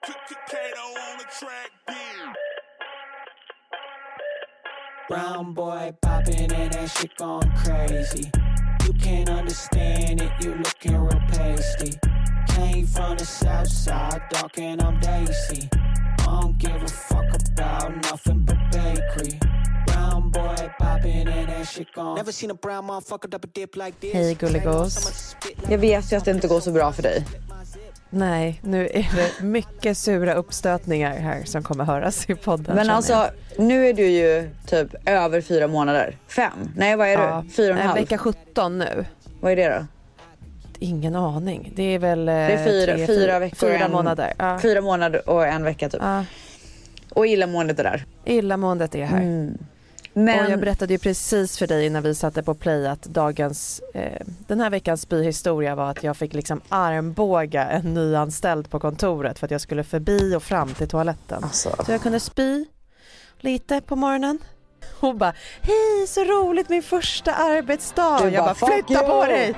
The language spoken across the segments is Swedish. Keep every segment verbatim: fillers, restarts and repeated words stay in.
Brown boy popping and that shit going crazy. You can't understand it, you looking real pasty. Came from the south side, dark and I'm Daisy. I don't give a fuck about nothing but bakery. Brown boy popping and that shit going. Never seen a brown motherfucker up a dip like this. Hej gulligås. Jag vet ju att det inte går så bra för dig. Nej, nu är det mycket sura uppstötningar här som kommer höras i podden. Men alltså, jag. nu är du ju typ över fyra månader. Fem? Nej, vad är ja, du? Fyra och en halv? Vecka sjutton nu. Vad är det då? Ingen aning. Det är väl det är fyra, tre, fyra veckor fyra en, månader. Ja. Fyra månader och en vecka typ. Ja. Och illamåendet är där. Illamåendet är här. Mm. Men... Och jag berättade ju precis för dig när vi satte på play att dagens, eh, den här veckans spyhistoria var att jag fick liksom armbåga en nyanställd på kontoret för att jag skulle förbi och fram till toaletten. Alltså. Så jag kunde spy lite på morgonen. Och bara, hej så roligt min första arbetsdag. Du jag bara, bara flytta på dig.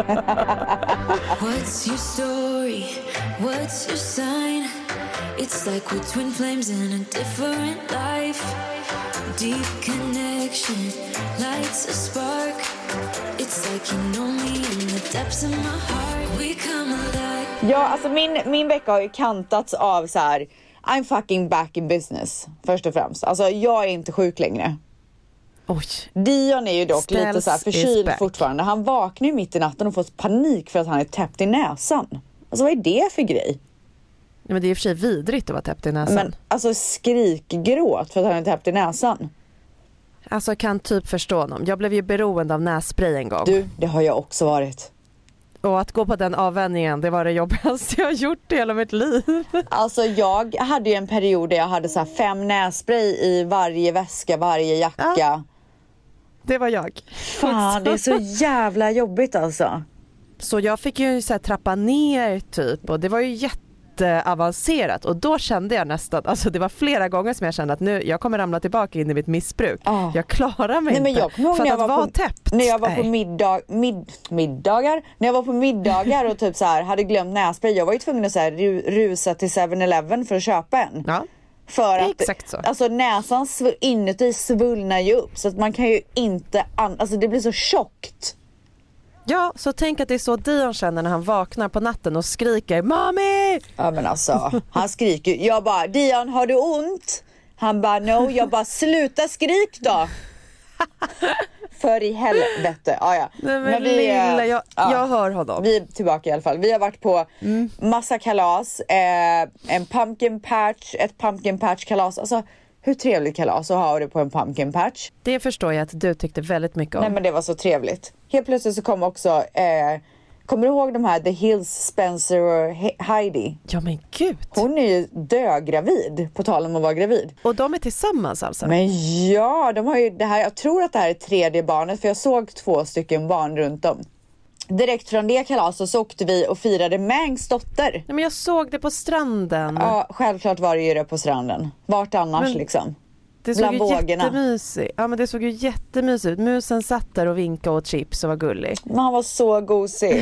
What's your story? What's your sign? It's like we're twin flames in a different life. Deep connection lights a spark. It's like you know me in the depths of my heart. We come alive. Ja, alltså min, min vecka har ju kantats av så här: I'm fucking back in business. Först och främst. Alltså jag är inte sjuk längre. Oj. Dion är ju dock Ställs lite så här förkyld fortfarande. Han vaknar ju mitt i natten och får panik för att han är täppt i näsan. Alltså vad är det för grej? Ja, men det är i och för sig vidrigt att vara täppt i näsan. Men alltså skrikgråt för att han är täppt i näsan. Alltså jag kan typ förstå honom. Jag blev ju beroende av nässpray en gång. Du, det har jag också varit. Och att gå på den avvänjningen, det var det jobbigaste jag har gjort i hela mitt liv. Alltså jag hade ju en period där jag hade så här fem nässpray i varje väska, varje jacka. Ja, det var jag. Fan, det är så jävla jobbigt alltså. Så jag fick ju så här trappa ner typ och det var ju jätteavancerat och då kände jag nästan, alltså det var flera gånger som jag kände att nu, jag kommer ramla tillbaka in i mitt missbruk. Oh. Jag klarar mig Nej, men jag inte för att, att vara på, täppt. När jag var Nej. på middag, mid, middagar, när jag var på middagar och typ så här hade glömt nässpray, jag var ju tvungen att så här ru, rusa till seven eleven för att köpa en. Ja. För att exakt så. Alltså näsan sv- inuti svullnar ju upp så att man kan ju inte an- alltså det blir så tjockt. Ja, så tänk att det är så Dion känner när han vaknar på natten och skriker Mami! Ja men alltså, han skriker. Jag bara, Dion har du ont? Han bara, no. Jag bara, sluta skrik då. För i helvete. Ja, ja. Nej, men, men vi, lilla, jag, ja, jag hör honom. Vi är tillbaka i alla fall. Vi har varit på mm. massa kalas. Eh, en pumpkin patch, ett pumpkin patch kalas. Alltså hur trevligt kalas att ha det på en pumpkin patch. Det förstår jag att du tyckte väldigt mycket om. Nej men det var så trevligt. Helt plötsligt så kom också, eh, kommer du ihåg de här The Hills, Spencer och Heidi? Ja men gud. Hon är ju dögravid, på tal om att vara gravid. Och de är tillsammans alltså? Men ja, de har ju det här, jag tror att det här är tredje barnet för jag såg två stycken barn runt om. Direkt från det kalaset så åkte vi och firade Mangs dotter. Nej, men jag såg det på stranden. Ja, självklart var det ju det på stranden. Vart annars men liksom? Det såg ju vågorna. jättemysigt. Ja, men det såg ju jättemysigt ut. Musen satt där och vinkade åt chips och var gullig. Men han var så gosig.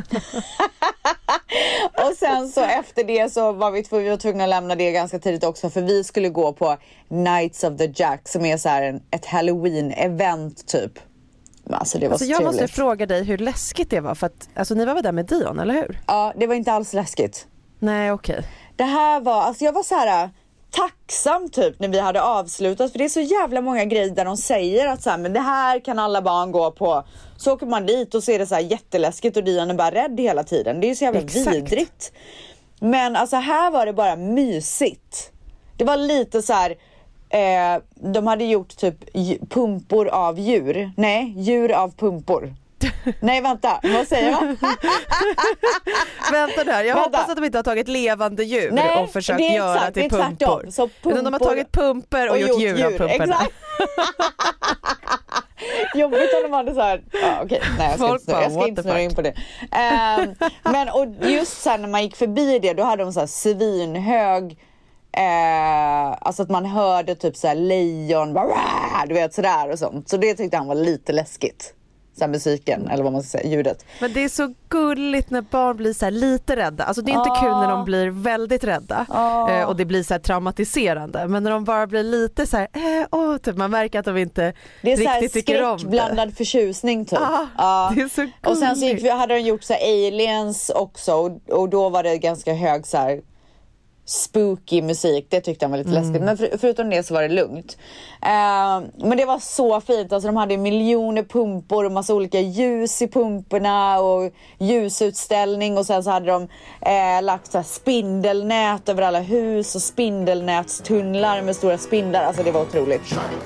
Och sen så efter det så var vi, vi var tvungna att lämna det ganska tidigt också. För vi skulle gå på Nights of the Jack som är så här en, ett Halloween-event typ. Alltså det var alltså, så jag trevligt. måste fråga dig hur läskigt det var. För att alltså, ni var väl där med Dion, eller hur? Ja, det var inte alls läskigt. Nej, okej. Okay. Det här var, alltså jag var så här tacksam typ när vi hade avslutat. För det är så jävla många grejer där de säger att så här, men det här kan alla barn gå på. Så åker man dit och ser det så här jätteläskigt och Dion är bara rädd hela tiden. Det är ju så jävla Exakt. vidrigt. Men alltså här var det bara mysigt. Det var lite så här, eh, de hade gjort typ pumpor av djur. Nej, djur av pumpor. Nej, vänta. Vad säger jag? Vänta där. Jag vänta. hoppas att de inte har tagit levande djur Nej, och försökt det är göra exakt, till det är pumpor. Så pumpor. Utan de har tagit pumper och, och gjort, gjort djur, djur av pumporna. Exakt. Jobbigt om de hade så här. Ja, okej. Okay. Nej, jag ska Folk inte, jag ska inte snurra in på det. Um, men och just så här, när man gick förbi det, då hade de så här svinhög. Eh, alltså att man hörde typ så här lejon, bara, du vet sådär och sånt. Så det tyckte han var lite läskigt. så här musiken eller vad man ska säga, ljudet. Men det är så gulligt när barn blir så här lite rädda. Alltså det är inte ah. kul när de blir väldigt rädda ah. eh, och det blir så här traumatiserande. Men när de bara blir lite så här, eh, åh, typ, man märker att de inte det är riktigt så här tycker om det. skräckblandad förtjusning typ. Ah, ah. Det är så gulligt. Och sen så gick vi, hade de gjort så här aliens också och, och då var det ganska hög så här spooky musik, det tyckte han var lite mm. läskigt, men för, förutom det så var det lugnt. Uh, men det var så fint, alltså de hade miljoner pumpor och massa olika ljus i pumporna och ljusutställning och sen så hade de uh, lagt så här spindelnät över alla hus och spindelnätstunnlar med stora spindlar, alltså det var otroligt.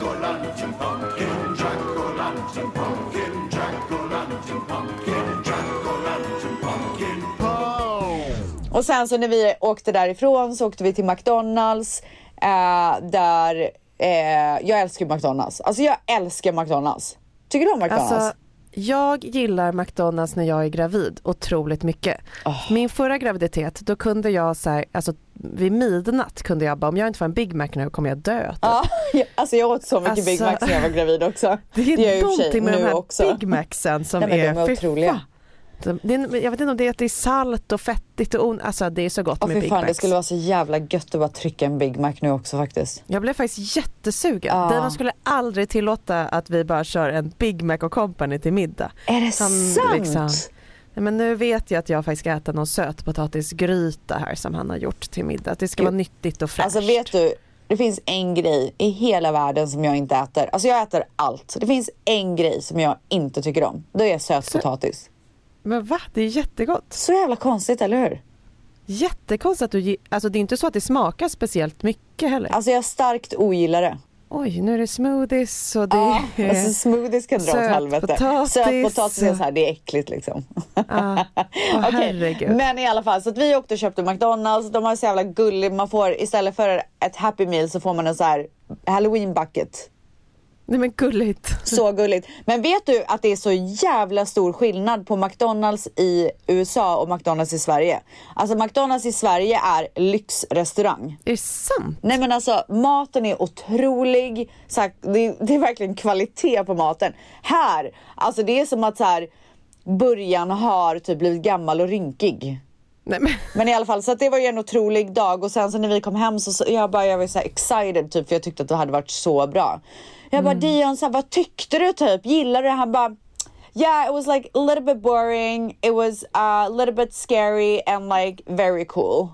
Och sen så när vi åkte därifrån så åkte vi till McDonalds eh, där eh, jag älskar McDonalds. Alltså jag älskar McDonalds. Tycker du om McDonalds? Alltså, jag gillar McDonalds när jag är gravid otroligt mycket. Oh. Min förra graviditet, då kunde jag så här, alltså vid midnatt kunde jag bara, om jag inte får en Big Mac nu kommer jag dö. Typ. Ja, alltså jag åt så mycket alltså, Big Macs när jag var gravid också. Det är, det är någonting med de här också. Big Macsen som Nej, är, de är otroliga. Det är, jag vet inte om det är att det är salt och fettigt och on- alltså det är så gott oh, med Big fan, Macs. Det skulle vara så jävla gött att bara trycka en Big Mac nu också faktiskt. Jag blev faktiskt jättesugen. Ah. Dina skulle aldrig tillåta att vi bara kör en Big Mac och company till middag. Är det Han, sant? Liksom, nej, men nu vet jag att jag faktiskt ska äta någon sötpotatisgryta här som han har gjort till middag. Det ska jo. vara nyttigt och fräscht. Alltså vet du, det finns en grej i hela världen som jag inte äter. Alltså jag äter allt. Det finns en grej som jag inte tycker om. Det är sötpotatis. Så. Men va? Det är jättegott. Så jävla konstigt, eller hur? Jättekonstigt att du... Alltså det är inte så att det smakar speciellt mycket heller. Alltså jag starkt ogillar det. Oj, nu är det smoothies och det ja, är... alltså smoothies kan dra åt helvete. Sötpotatis är så här, det är äckligt liksom. Ah, oh, okay. Men i alla fall, så att vi åkte och köpte McDonalds. De har så jävla gullig, man får istället för ett Happy Meal så får man en så här Halloween bucket. Nej men gulligt. Så gulligt. Men vet du att det är så jävla stor skillnad på McDonalds i U S A och McDonalds i Sverige? Alltså McDonalds i Sverige är lyxrestaurang. Är det sant? Nej men alltså maten är otrolig. Så här, det, det är verkligen kvalitet på maten. Här, alltså det är som att så här, början har typ blivit gammal och rynkig. Nej, men... men i alla fall, så att det var ju en otrolig dag. Och sen så när vi kom hem så, så jag, bara, jag var så här excited typ, för jag tyckte att det hade varit så bra. Jag bara, mm. Dion, så här, vad tyckte du typ? Gillade du det? Han bara, yeah, it was like a little bit boring. It was uh, a little bit scary and like very cool.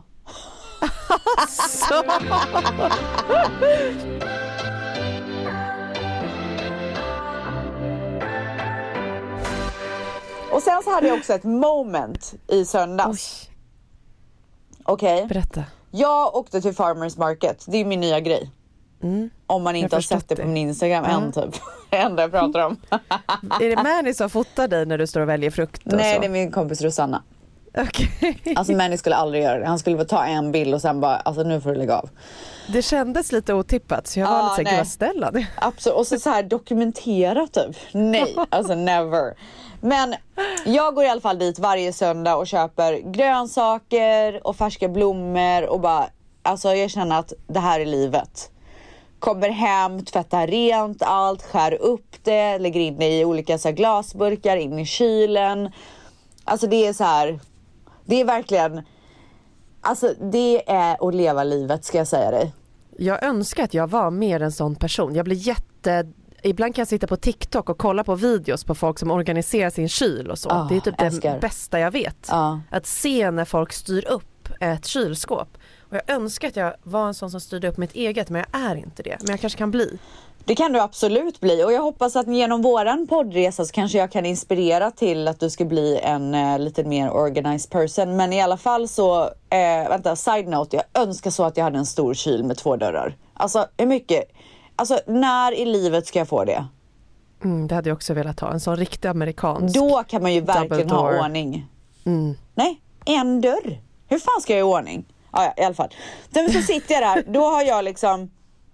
Och sen så hade jag också ett moment i söndags. Okej. Okay. Berätta. Jag åkte till Farmers Market. Det är min nya grej. Mm. Om man inte har sett det på min Instagram mm. än typ. Det enda jag pratar om. Är det Manny som fotar dig när du står och väljer frukt? Och Nej, så? Det är min kompis Rosanna. Okej. Okay. Alltså Manny skulle aldrig göra det. Han skulle bara ta en bild och sen bara, alltså nu får du lägga av. Det kändes lite otippat så jag var ah, lite såhär, vad ställa. Absolut, och så, så här dokumentera typ. Nej, alltså never. Men jag går i alla fall dit varje söndag och köper grönsaker och färska blommor och bara, alltså jag känner att det här är livet. Kommer hem, tvättar rent allt, skär upp det, lägger in det i olika så här glasburkar, in i kylen. Alltså det är så här, det är verkligen, alltså det är att leva livet, ska jag säga dig. Jag önskar att jag var mer en sån person. Jag blir jätte... Ibland kan jag sitta på TikTok och kolla på videos på folk som organiserar sin kyl och så. Oh, det är typ älskar. Det bästa jag vet. Oh. Att se när folk styr upp ett kylskåp. Och jag önskar att jag var en sån som styrde upp mitt eget, men jag är inte det. Men jag kanske kan bli. Det kan du absolut bli. Och jag hoppas att genom våran poddresa så kanske jag kan inspirera till att du ska bli en uh, lite mer organized person. Men i alla fall så, uh, vänta, side note. Jag önskar så att jag hade en stor kyl med två dörrar. Alltså, hur mycket... Alltså, när i livet ska jag få det? Mm, det hade jag också velat ha. En sån riktig amerikansk. Då kan man ju verkligen ha ordning. Mm. Nej, en dörr. Hur fan ska jag i ordning? Ja, ja, i alla fall. Så sitter jag där. Då har jag liksom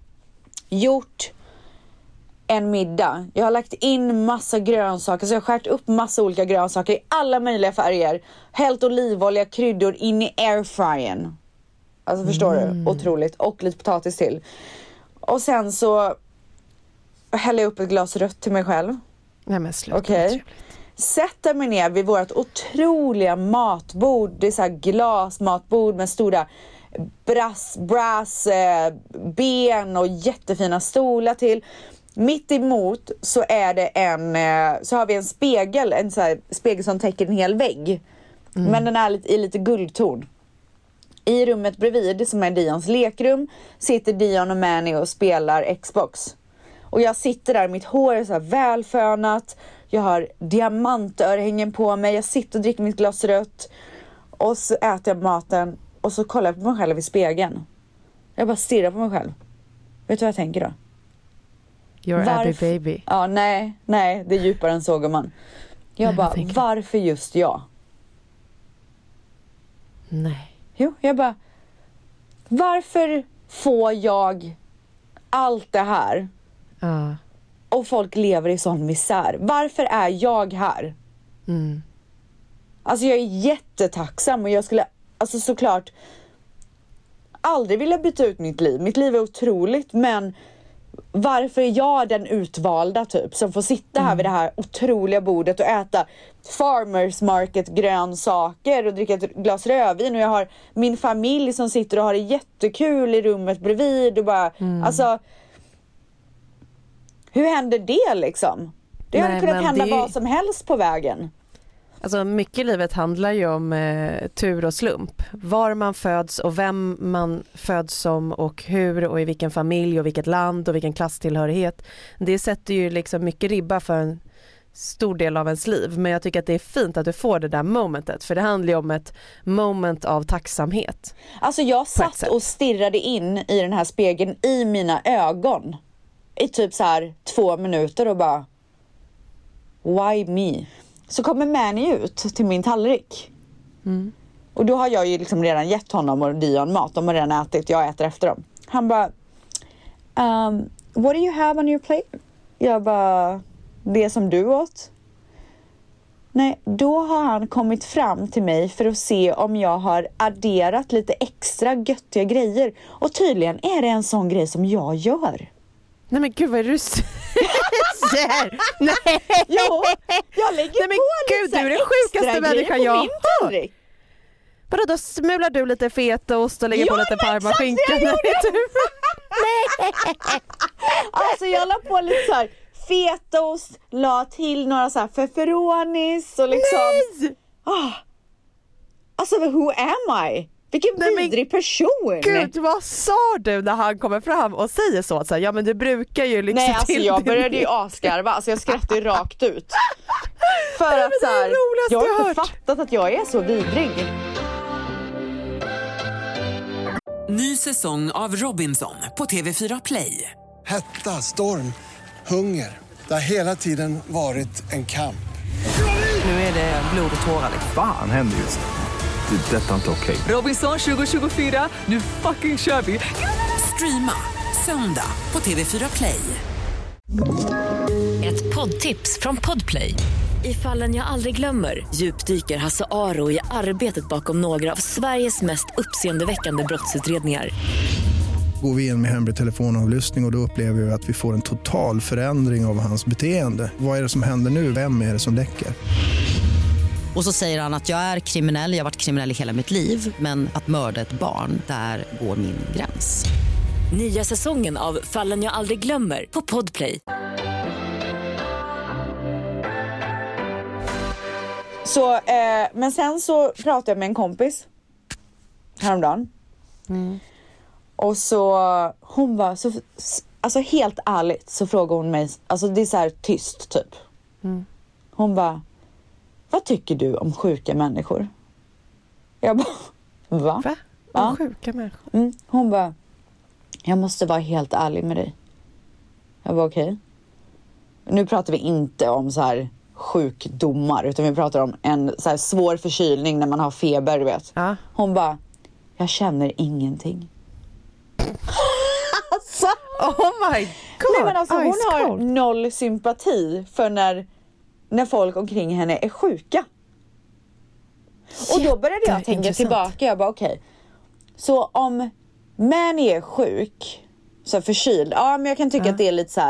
gjort en middag. Jag har lagt in massa grönsaker. Så jag har skärt upp massa olika grönsaker i alla möjliga färger. Hällt olivolja, kryddor in i airfryern. Alltså förstår mm. du? Otroligt. Och lite potatis till. Och sen så häller jag upp ett glas rött till mig själv. Nej men sluta. Okej. Okay. Sätter mig ner vid vårt otroliga matbord. Det är så här glasmatbord med stora brass, brass eh, ben och jättefina stolar till. Mitt emot så är det en eh, så har vi en spegel, en så här spegel som täcker en hel vägg. Mm. Men den är lite, i lite guldton. I rummet bredvid, som är Dions lekrum, sitter Dion och Manny och spelar Xbox. Och jag sitter där, mitt hår är så här välfönat. Jag har diamantörhängen på mig. Jag sitter och dricker mitt glas rött. Och så äter jag maten. Och så kollar jag på mig själv i spegeln. Jag bara stirrar på mig själv. Vet du vad jag tänker då? You're Varf- Abby baby. Ja, nej, nej, det är djupare än så, gumman. Jag Nej, bara, jag varför just jag? Nej. Jo, jag bara, varför får jag allt det här? Ja. Och folk lever i sån misär. Varför är jag här? Mm. Alltså jag är jättetacksam och jag skulle alltså såklart aldrig vilja byta ut mitt liv. Mitt liv är otroligt, men varför är jag den utvalda typ som får sitta här mm. vid det här otroliga bordet och äta farmers market grönsaker och dricka ett glas rödvin, och jag har min familj som sitter och har det jättekul i rummet bredvid och bara mm. alltså hur händer det liksom? Det hade kunnat hända det... vad som helst på vägen. Alltså mycket i livet handlar ju om eh, tur och slump. Var man föds och vem man föds som och hur och i vilken familj och vilket land och vilken klasstillhörighet. Det sätter ju liksom mycket ribba för en stor del av ens liv. Men jag tycker att det är fint att du får det där momentet. För det handlar ju om ett moment av tacksamhet. Alltså jag satt och stirrade in i den här spegeln i mina ögon i typ så här två minuter och bara why me? Så kommer Manny ut till min tallrik. Mm. Och då har jag ju liksom redan gett honom och Dion mat. De har redan ätit, jag äter efter dem. Han bara, um, what do you have on your plate? Jag bara, det som du åt. Nej, då har han kommit fram till mig för att se om jag har adderat lite extra göttiga grejer. Och tydligen är det en sån grej som jag gör. Nej men gud, vad är det du säger? Nej. Jo, jag lägger Nej, men på gud, lite du är den sjukaste människan jag har. Vadå, då smular du lite fetaost och lägger jo, på lite parmaskinka? Nej. Alltså jag la på lite så här fetaost, la till några så här feferonis och liksom. Nej! Oh. Alltså who am I? Vilken Nej, vidrig person. Gud, vad sa du när han kommer fram och säger så? så här, ja men du brukar ju liksom. Nej, alltså till jag din... började ju asgarva. Alltså jag skrattade ju rakt ut. För Nej, att så här, jag har inte hört. fattat att jag är så vidrig. Ny säsong av Robinson på T V fyra Play. Hetta, storm, hunger. Det har hela tiden varit en kamp. Nu är det blod och tårar. Fan händer just det. Det är detta inte okej. Okay. Robinson tjugo tjugofyra, nu fucking kör vi. Streama söndag på T V fyra Play. Ett poddtips från Podplay. I Fallen jag aldrig glömmer djupdyker Hasse Aro i arbetet bakom några av Sveriges mest uppseendeväckande brottsutredningar. Går vi in med hemlig telefonavlyssning och, och då upplever vi att vi får en total förändring av hans beteende. Vad är det som händer nu? Vem är det som läcker? Och så säger han att jag är kriminell, jag har varit kriminell i hela mitt liv, men att mörda ett barn, där går min gräns. Nya säsongen av Fallen jag aldrig glömmer på Podplay. Så, eh, men sen så pratade jag med en kompis häromdagen. Mm. Och så hon var så, alltså helt ärligt så frågade hon mig, alltså det är så här tyst typ. Mm. Hon bara, vad tycker du om sjuka människor? Jag bara, va? Va? Om ja. sjuka människor? Mm. Hon bara, jag måste vara helt ärlig med dig. Jag var okej. Okay. Nu pratar vi inte om så här sjukdomar, utan vi pratar om en så här svår förkylning när man har feber, du vet. Ja. Hon bara, jag känner ingenting. Alltså, oh my god. Nej, men alltså, hon Ice har cold. noll sympati för när, när folk omkring henne är sjuka. Och då började jag tänka intressant. tillbaka. Jag bara okej. Okay. Så om Manny är sjuk, så förkyld, ja men jag kan tycka ja. att det är lite så här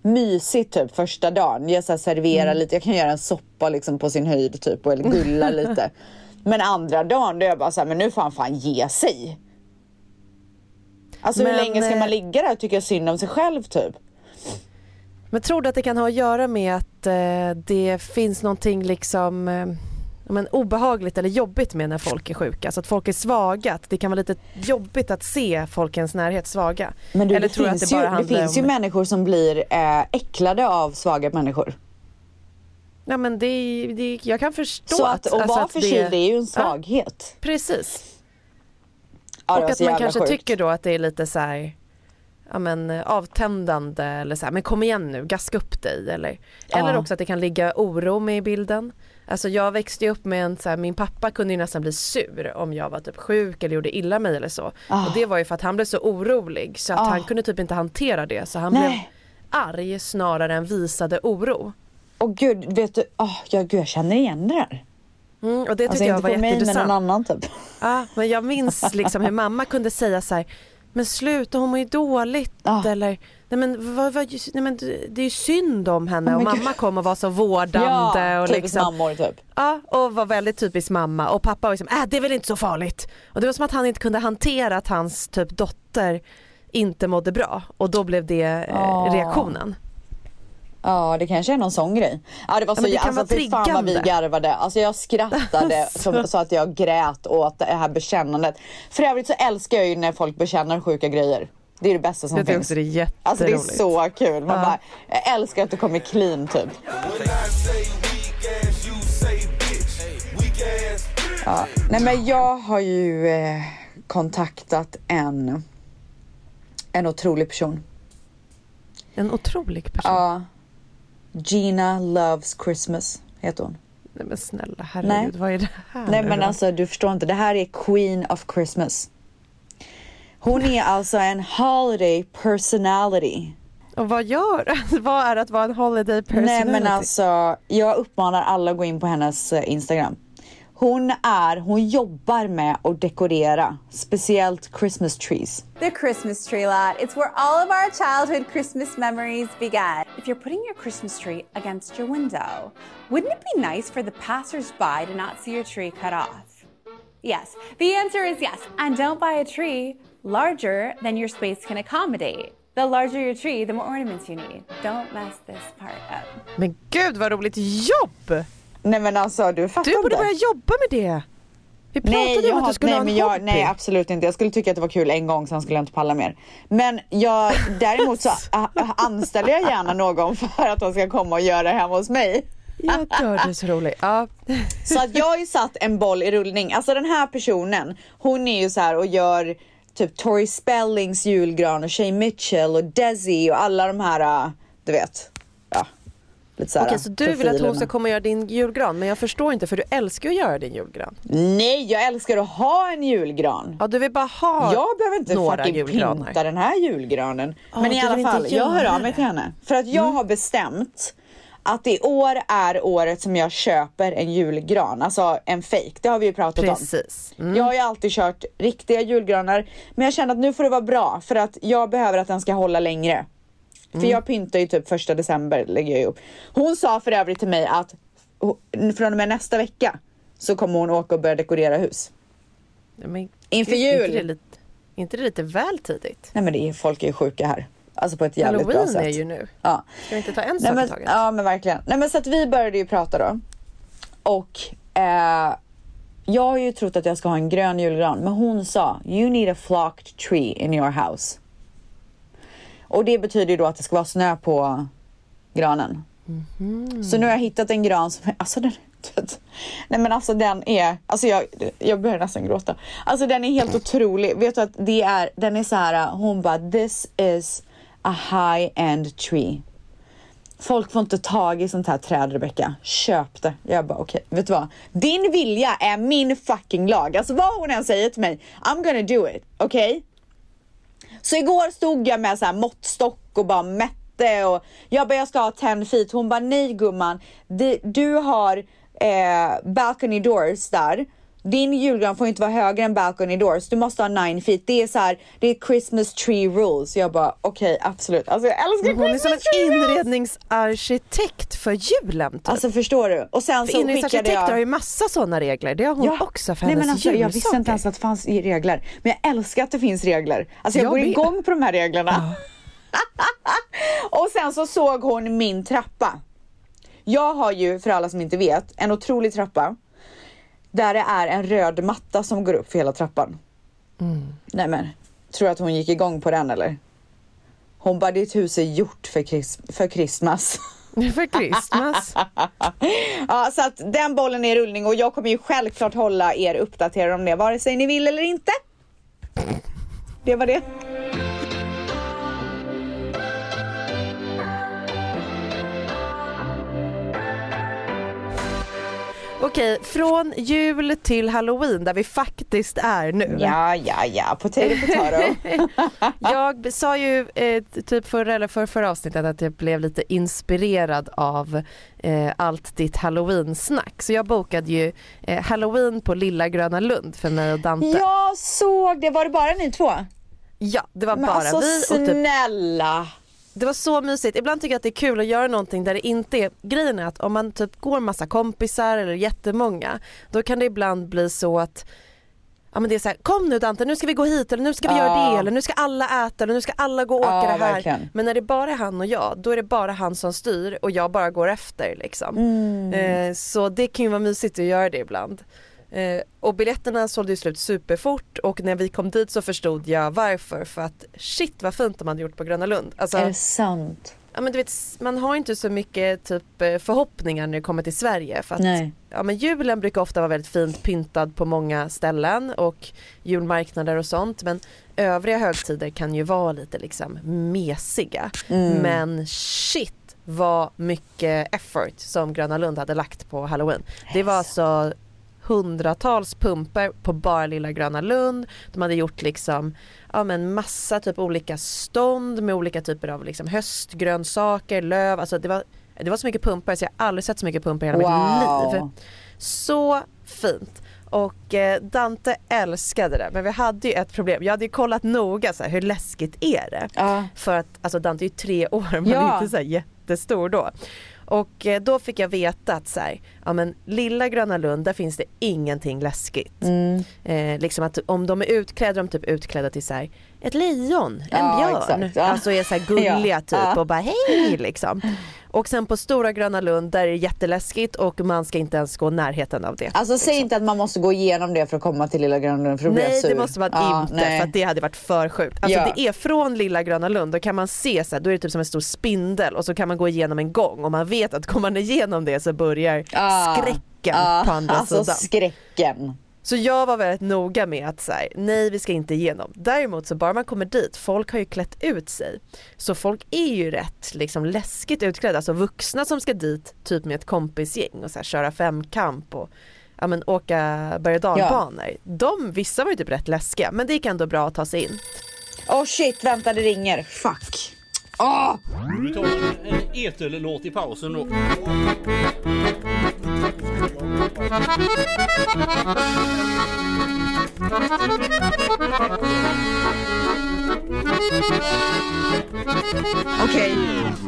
mysigt typ första dagen. Jag så här, serverar mm. lite, jag kan göra en soppa liksom på sin höjd typ, eller gulla lite. Men andra dagen då är jag bara så här, men nu får han fan ge sig. Alltså men, hur länge ska man ligga där, tycker jag synd om sig själv typ. Men tror du att det kan ha att göra med att eh, det finns någonting liksom eh, men obehagligt eller jobbigt med när folk är sjuka? Så att folk är svaga, att det kan vara lite jobbigt att se folkens närhet svaga. Men du, eller det tror finns, att det, bara ju, det finns om... ju människor som blir eh, äcklade av svaga människor. Ja men det, det jag kan förstå så att, att, och alltså vara att förkyld det är ju en svaghet. Ja, precis. Ja, och att man kanske sjukt. tycker då att det är lite så här, ja men avtändande eller så här, men kom igen nu, gaska upp dig eller ja. Eller också att det kan ligga oro med i bilden. Alltså jag växte ju upp med en så här, min pappa kunde ju nästan bli sur om jag var typ sjuk eller gjorde illa mig eller så. Ah. Och det var ju för att han blev så orolig så att ah. han kunde typ inte hantera det, så han Nej. blev arg snarare än visade oro. Och gud, vet du, oh, jag, gud, jag känner igen det här. Mm, och det tyckte alltså, jag var jätteintressant. Inte på mig men någon annan typ. Ja, men jag minns liksom hur mamma kunde säga så här, men sluta, hon mår ju dåligt ah. eller nej men, vad, vad, nej men det är ju synd om henne oh och mamma God. kom och var så vårdande ja, och typiskt liksom mammor typ. Ja, och var väldigt typiskt mamma och pappa var liksom, äh, det är väl inte så farligt. Och det var som att han inte kunde hantera att hans typ dotter inte mådde bra och då blev det eh, oh. reaktionen. Ja, det kanske är någon sån grej. Ja, det var så, ja, det alltså fy fan vad vi garvade. Alltså jag skrattade så, så att jag grät åt det här bekännandet. För övrigt så älskar jag ju när folk bekänner sjuka grejer. Det är det bästa som jag finns. Också det är jätteroligt. Alltså det är så kul. Man ja. bara, jag älskar att du kommer clean typ. Ja. Nej men jag har ju eh, kontaktat en en otrolig person. En otrolig person? Ja. Gina Loves Christmas heter hon. Nej men snälla, herregud, Nej. vad är det här? Nej men då? alltså du förstår inte, det här är Queen of Christmas. Hon är alltså en holiday personality. Och vad gör vad är att vara en holiday personality? Nej men alltså, jag uppmanar alla att gå in på hennes Instagram. Hon är, hon jobbar med att dekorera, speciellt Christmas trees. The Christmas tree lot. It's where all of our childhood Christmas memories began. If you're putting your Christmas tree against your window, wouldn't it be nice for the passers-by to not see your tree cut off? Yes, the answer is yes. And don't buy a tree larger than your space can accommodate. The larger your tree, the more ornaments you need. Don't mess this part up. Men gud vad roligt jobb! Nej men alltså du fattar Du borde inte. börja jobba med det. Vi pratade nej, om att du skulle nej, ha en men jag, hobby. Nej absolut inte. Jag skulle tycka att det var kul en gång, sen skulle jag inte palla mer. Men jag, däremot så a, a, anställer jag gärna någon för att de ska komma och göra det hemma hos mig. Jag gör det så roligt. Ja. Så att jag har ju satt en boll i rullning. Alltså den här personen, hon är ju så här och gör typ Tori Spellings julgran och Shay Mitchell och Desi och alla de här, du vet. Ja. Okej, okay, så du vill att hon ska komma och göra din julgran, men jag förstår inte för du älskar att göra din julgran. Nej, jag älskar att ha en julgran. Ja, du vill bara ha Jag behöver inte fucking julgranar. pynta den här julgranen. Oh, men i alla fall, jag hör av mig till henne. För att jag mm. har bestämt att i år är året som jag köper en julgran. Alltså en fake, det har vi ju pratat Precis. om. Mm. Jag har ju alltid kört riktiga julgranar. Men jag känner att nu får det vara bra. För att jag behöver att den ska hålla längre. För mm. jag pyntar ju typ första december, lägger jag upp. Hon sa för övrigt till mig att från och med nästa vecka så kommer hon åka och börja dekorera hus. Ja, men, inför jul. Inte det, lite, inte det lite väl tidigt? Nej men det är, folk är ju sjuka här. Alltså på ett jävligt Halloween bra sätt. är ju nu. Ja. Ska vi inte ta en Nej, sak men, i taget? Ja men verkligen. Nej men så att vi började ju prata då. Och eh, jag har ju trott att jag ska ha en grön julgran. Men hon sa, you need a flocked tree in your house. Och det betyder ju då att det ska vara snö på granen. Mm-hmm. Så nu har jag hittat en gran som är, alltså den, nej men alltså den är, alltså jag, jag börjar nästan gråta. Alltså den är helt otrolig. Vet du att det är, den är så här, hon bara, this is a high-end tree. Folk får inte tag i sånt här träd, Rebecca. Köp det. Jag bara, okej, okay. Vet du vad? Din vilja är min fucking lag. Alltså vad hon än säger till mig, I'm gonna do it, okej? Okay? Så igår stod jag med så här måttstock och bara mätte och jag bara, jag ska ha ten feet. Hon bara, nej gumman, du, du har eh, balcony doors där. din julgran får inte vara högre än balcony doors. Du måste ha nine feet. Det är så här, det är Christmas tree rules. Jag bara, okej, okay, absolut. Alltså jag älskar Christmas. Hon är som en tree inredningsarkitekt för julen. Typ. Alltså förstår du? Och sen så skickade jag... har ju massa sådana regler. Det har hon ja. också för Nej, hennes men alltså, jag visste inte ens att det fanns regler. Men jag älskar att det finns regler. Alltså jag, jag går vet. igång på de här reglerna. Ja. Och sen så såg hon min trappa. Jag har ju, för alla som inte vet, en otrolig trappa. Där det är en röd matta som går upp för hela trappan. Mm. Nej men, tror du att hon gick igång på den eller? Hon bara, ditt hus är gjort för, kris- för Christmas. För Christmas. Ja, så att den bollen är i rullning och jag kommer ju självklart hålla er uppdaterade om det, vare sig ni vill eller inte. Det var det. Okej, från jul till Halloween där vi faktiskt är nu. Ja, ja, ja, potato, potato. Jag sa ju eh, typ förra eller för förra avsnittet att jag blev lite inspirerad av eh, allt ditt Halloween-snack. Så jag bokade ju eh, Halloween på Lilla Gröna Lund för mig och Dante. Jag såg det, var det bara ni två? Ja, det var Men bara alltså, vi. Och typ... snälla! Det var så mysigt. Ibland tycker jag att det är kul att göra någonting där det inte är... Grejen är att om man typ går massa kompisar eller jättemånga, då kan det ibland bli så att ja, men det är så här, kom nu Dante, nu ska vi gå hit eller nu ska vi uh. göra det eller nu ska alla äta eller nu ska alla gå och åka uh, det här. Verkligen. Men när det bara är han och jag, då är det bara han som styr och jag bara går efter liksom. Mm. Eh, så det kan ju vara mysigt att göra det ibland. Eh, och biljetterna sålde ju slut superfort och när vi kom dit så förstod jag varför, för att shit vad fint de hade gjort på Gröna Lund. Alltså, är det sant? Ja, men du vet, man har inte så mycket typ förhoppningar när det kommer till Sverige för att Nej. Ja, men julen brukar ofta vara väldigt fint pyntad på många ställen och julmarknader och sånt, men övriga högtider kan ju vara lite liksom mesiga. Mm. Men shit vad mycket effort som Gröna Lund hade lagt på Halloween. Det var så hundratals pumper på bara Lilla Gröna Lund. De hade gjort liksom ja, men massa typ olika stånd med olika typer av liksom höstgrönsaker, löv. Alltså det var, det var så mycket pumpar så jag har aldrig sett så mycket pumpar i hela wow. mitt liv. Så fint. Och eh, Dante älskade det. Men vi hade ju ett problem. Jag hade ju kollat noga så här, hur läskigt är det? Uh. För att alltså, Dante är ju tre år. Man ja. är inte så här jättestor då. Och eh, då fick jag veta att så här, ja, men Lilla Gröna Lund, där finns det ingenting läskigt. Mm. Eh, liksom att om de är utklädda, de typ utklädda till så här, ett lejon, en ja, björn. Exakt, ja. Alltså är så här gulliga ja. typ ja. och bara hej liksom. Och sen på Stora Gröna Lund där är det jätteläskigt och man ska inte ens gå närheten av det. Alltså liksom. Säg inte att man måste gå igenom det för att komma till Lilla Gröna Lund för att Nej, bli det måste man ja, inte nej. för att det hade varit för sjukt. Alltså ja. det är från Lilla Gröna Lund, då kan man se så här, då är det typ som en stor spindel och så kan man gå igenom en gång och man vet att kommer man igenom det så börjar ah. skräcken ah. på andra alltså sidan. Skräcken. Så jag var väldigt noga med att säga nej, vi ska inte igenom. Däremot så bara man kommer dit, folk har ju klätt ut sig. Så folk är ju rätt liksom läskigt utklädda. Alltså vuxna som ska dit typ med ett kompisgäng och så här, köra femkamp och ja, men, åka berg- och dalbanor. Ja. De, vissa var ju typ rätt läskiga, men det gick ändå bra att ta sig in. Åh oh shit, vänta det ringer. Fuck. Åh! Vi tar en etellåt i pausen då. Okej. Okay.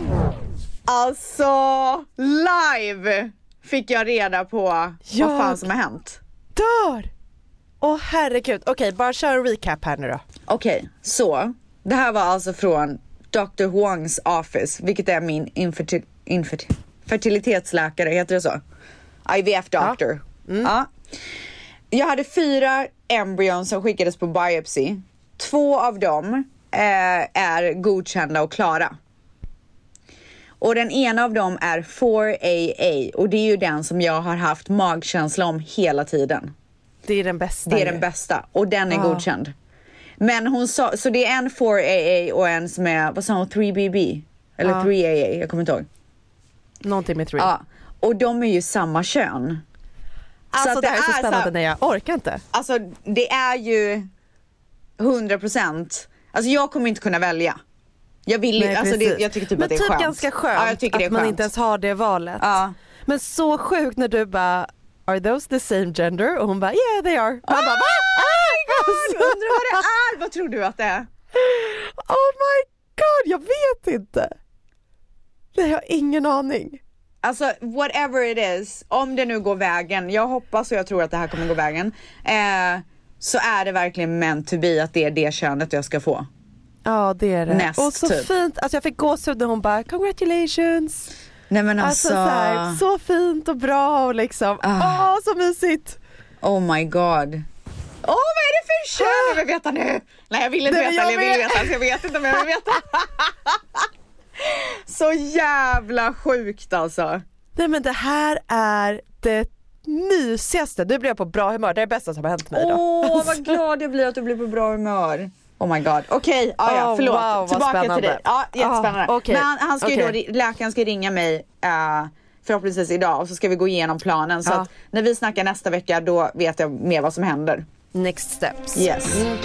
Alltså live fick jag reda på jag vad fan som har hänt. Dör! Åh oh, herregud. Okej, okay, bara kör en recap här nu då. Okej, okay, så det här var alltså från doktor Huangs office, vilket är min infertil- infertil- fertilitetsläkare, heter det så? I V F doctor. Ja. Mm. Ja. Jag hade fyra embryon som skickades på biopsy. Två av dem eh, är godkända och klara. Och den ena av dem är four A A och det är ju den som jag har haft magkänsla om hela tiden. Det är den bästa. Det är ju. den bästa och den är ah. godkänd. Men hon sa, så det är en four A A och en som är, vad sa hon, three B B? Eller ja. three A A, jag kommer inte ihåg. Någonting med three. Ja, och de är ju samma kön. Alltså så det, det här är så spännande så, när jag orkar inte. Alltså det är ju hundra procent. Alltså jag kommer inte kunna välja. Jag vill Nej, alltså det, jag tycker typ men att det är typ skönt. ganska skönt ja, jag tycker att det är man skönt. inte ens har det valet. Ja. Men så sjukt när du bara are those the same gender? Och hon bara, yeah they are. Han bara, va? Oh undrar vad det är. Vad tror du att det är? Oh my god, jag vet inte. Nej, jag har ingen aning. Alltså whatever it is, om det nu går vägen, jag hoppas och jag tror att det här kommer gå vägen, eh, så är det verkligen meant to be att det är det könet jag ska få. Ja, det är det. Näst, och så typ. fint, alltså jag fick gåshud när hon bara, congratulations. Nej men alltså, alltså så, här, så fint och bra och liksom, åh ah. oh, så mysigt. Oh my god. Åh, oh, vad är det för kön? Jag vill veta nu. Nej, jag vill inte veta, jag, jag vill veta, så jag vet inte om jag vill veta. Så jävla sjukt alltså. Nej men det här är det mysigaste. Nu blir jag på bra humör. Det är det bästa som har hänt mig idag. Åh, vad glad jag blir att du blir på bra humör. Oh my god. Okej, okay, ah, ja, förlåt. Oh, wow, tillbaka till dig. Ja, jättespännande. Ah, okay. Men han, han ska ju okay. då, läkaren ska ringa mig uh, förhoppningsvis idag och så ska vi gå igenom planen. Så ah. att när vi snackar nästa vecka, då vet jag mer vad som händer. Next steps. Yes. Mm.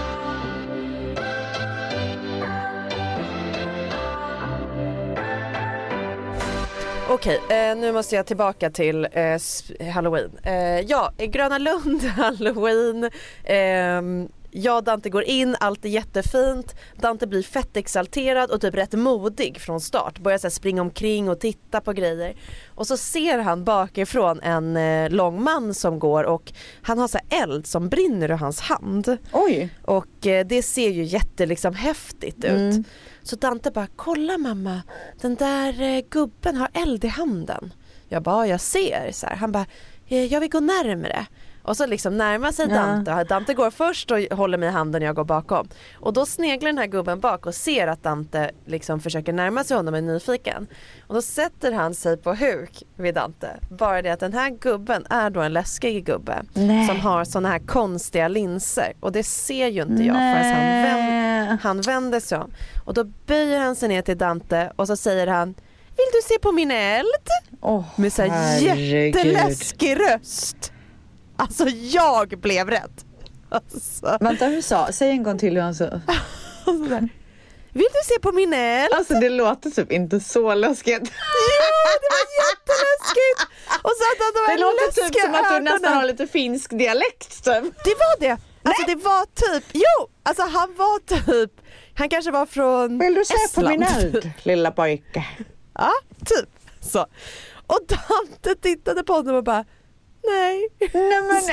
Okej, eh, nu måste jag tillbaka till eh, Halloween. Eh, ja, Gröna Lund, Halloween. Eh, jag och Dante går in, allt är jättefint. Dante blir fett exalterad och typ rätt modig från start. Börjar så här springa omkring och titta på grejer. Och så ser han bakifrån en eh, lång man som går och han har så här eld som brinner ur hans hand. Oj! Och eh, det ser ju jätte liksom häftigt ut. Mm. Så Dante bara, kolla mamma, den där eh, gubben har eld i handen. Jag bara, jag ser. Så här. Han bara, jag vill gå närmare. Och så liksom närmar sig Dante. Ja. Dante går först och håller mig i handen och jag går bakom. Och då sneglar den här gubben bak och ser att Dante liksom försöker närma sig honom och är nyfiken. Och då sätter han sig på huk vid Dante. Bara det att den här gubben är då en läskig gubbe. Nej. Som har såna här konstiga linser. Och det ser ju inte jag förrän han, vänd, han vänder sig om. Och då böjer han sig ner till Dante och så säger han, vill du se på min eld? Oh, med så här jätteläskig röst. Alltså jag blev rädd. Alltså. Vänta, hur sa? Säg en gång till hur han sa. Vill du se på min eld? Alltså det låter typ inte så läskigt. Jo, det var jätteläskigt. Och så att det var det låter typ som att du nästan har lite finsk dialekt typ. Det var det. Alltså Nej. det var typ, jo, alltså han var typ, han kanske var från Vill du se Estland. på min eld, lilla pojke? Ja, typ så. Och Dante tittade på honom och bara, nej. Nej men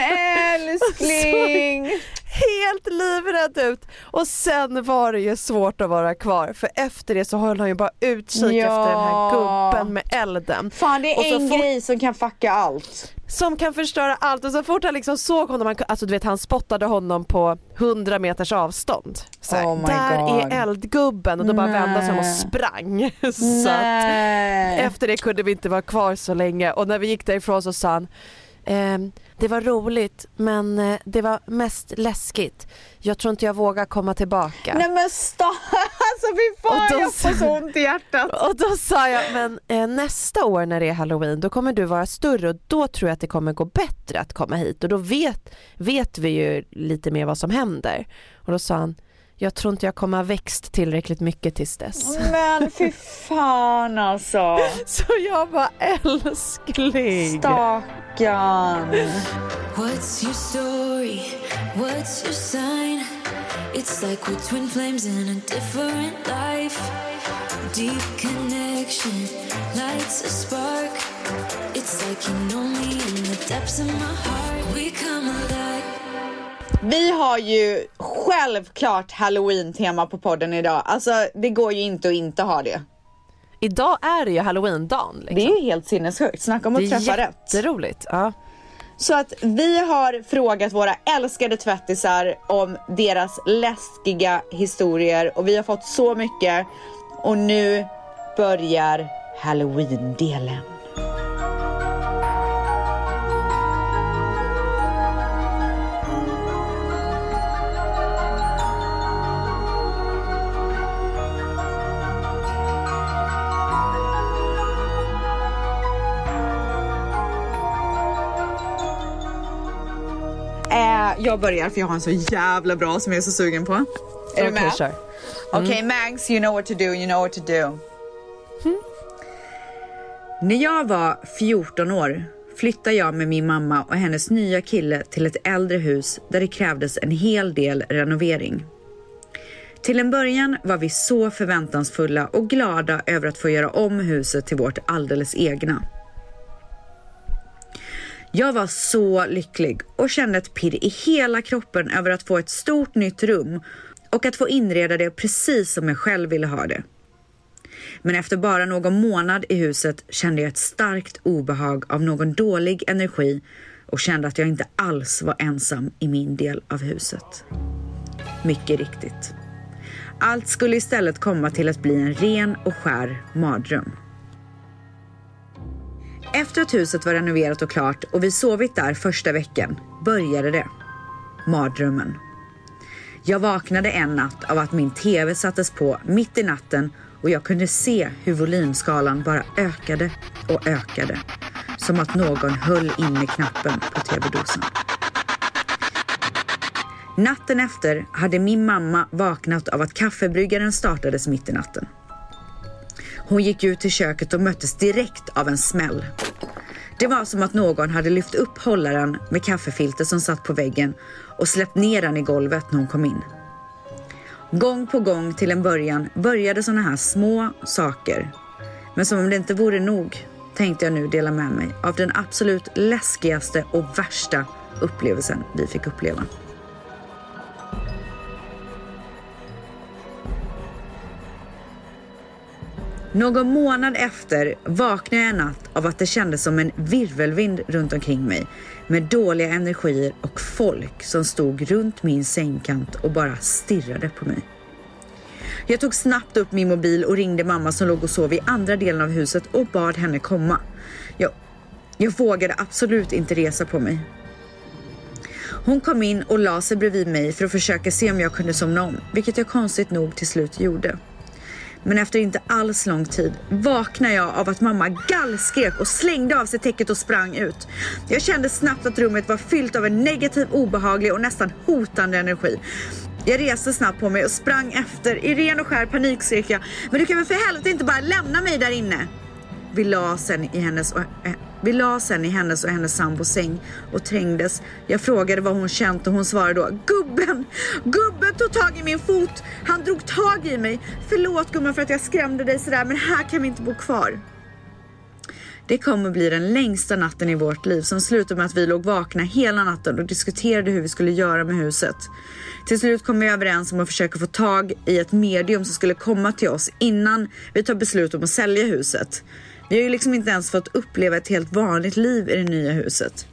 älskling. Helt livrädd ut. Och sen var det ju svårt att vara kvar. För efter det så höll han ju bara utkik ja. efter den här gubben med elden. Fan, det är och så en fort... grej som kan fucka allt. Som kan förstöra allt. Och så fort han liksom såg honom, han, alltså du vet, han spottade honom på hundra meters avstånd. Så här, oh där God. är eldgubben. Och då bara vände sig om och sprang. Så att efter det kunde vi inte vara kvar så länge. Och när vi gick därifrån så sa han, Eh, det var roligt, men eh, det var mest läskigt. Jag tror inte jag vågar komma tillbaka. Nej men stå, alltså vi får jag får så ont i hjärtat. Och då sa jag, men eh, nästa år när det är Halloween, då kommer du vara större och då tror jag att det kommer gå bättre att komma hit. Och då vet, vet vi ju lite mer vad som händer. Och då sa han, jag tror inte jag kommer ha växt tillräckligt mycket tills dess. Men fy fan alltså. Så jag var älskling. Stackarn. What's your story? What's your sign? It's like we're twin flames in a different life. Deep connection lights a spark. It's like you know me in the depths of my heart. We come alive. Vi har ju självklart Halloween-tema på podden idag. Alltså det går ju inte att inte ha det. Idag är det ju Halloween-dagen. Liksom. Det är ju helt sinnessjukt. Snacka om att träffa rätt. Det är jätteroligt, ja. Så att vi har frågat våra älskade tvättisar om deras läskiga historier. Och vi har fått så mycket. Och nu börjar Halloween-delen. Jag börjar för jag har en så jävla bra som jag är så sugen på. Är okay, du med? Sure. Mm. Okej, okay, Mags, you know what to do, you know what to do. Mm. När jag var fjorton år flyttar jag med min mamma och hennes nya kille till ett äldre hus där det krävdes en hel del renovering. Till en början var vi så förväntansfulla och glada över att få göra om huset till vårt alldeles egna. Jag var så lycklig och kände ett pirr i hela kroppen över att få ett stort nytt rum och att få inreda det precis som jag själv ville ha det. Men efter bara någon månad i huset kände jag ett starkt obehag av någon dålig energi och kände att jag inte alls var ensam i min del av huset. Mycket riktigt. Allt skulle istället komma till att bli en ren och skär mardröm. Efter att huset var renoverat och klart och vi sovit där första veckan började det. Mardrömmen. Jag vaknade en natt av att min tv sattes på mitt i natten och jag kunde se hur volymskalan bara ökade och ökade. Som att någon höll inne knappen på tv-dosan. Natten efter hade min mamma vaknat av att kaffebryggaren startades mitt i natten. Hon gick ut till köket och möttes direkt av en smäll. Det var som att någon hade lyft upp hållaren med kaffefilter som satt på väggen och släppt ner den i golvet när hon kom in. Gång på gång till en början började såna här små saker. Men som om det inte vore nog tänkte jag nu dela med mig av den absolut läskigaste och värsta upplevelsen vi fick uppleva. Någon månad efter vaknade jag en natt av att det kändes som en virvelvind runt omkring mig med dåliga energier och folk som stod runt min sängkant och bara stirrade på mig. Jag tog snabbt upp min mobil och ringde mamma som låg och sov i andra delen av huset och bad henne komma. Jag, jag vågade absolut inte resa på mig. Hon kom in och la sig bredvid mig för att försöka se om jag kunde somna om, vilket jag konstigt nog till slut gjorde. Men efter inte alls lång tid vaknade jag av att mamma gallskrek och slängde av sig täcket och sprang ut. Jag kände snabbt att rummet var fyllt av en negativ, obehaglig och nästan hotande energi. Jag reste snabbt på mig och sprang efter. I ren och skär panik skrek jag: men du kan väl för helvete inte bara lämna mig där inne? Vi la sen i hennes och, äh, vi la sen i hennes och hennes sambos säng och trängdes. Jag frågade vad hon känt och hon svarade då: Gubben! Gubben tog tag i min fot. Han drog tag i mig. Förlåt gumman för att jag skrämde dig sådär, men här kan vi inte bo kvar. Det kommer bli den längsta natten i vårt liv som slutade med att vi låg vakna hela natten och diskuterade hur vi skulle göra med huset. Till slut kom vi överens om att försöka få tag i ett medium som skulle komma till oss innan vi tar beslut om att sälja huset. Vi har ju liksom inte ens fått uppleva ett helt vanligt liv i det nya huset.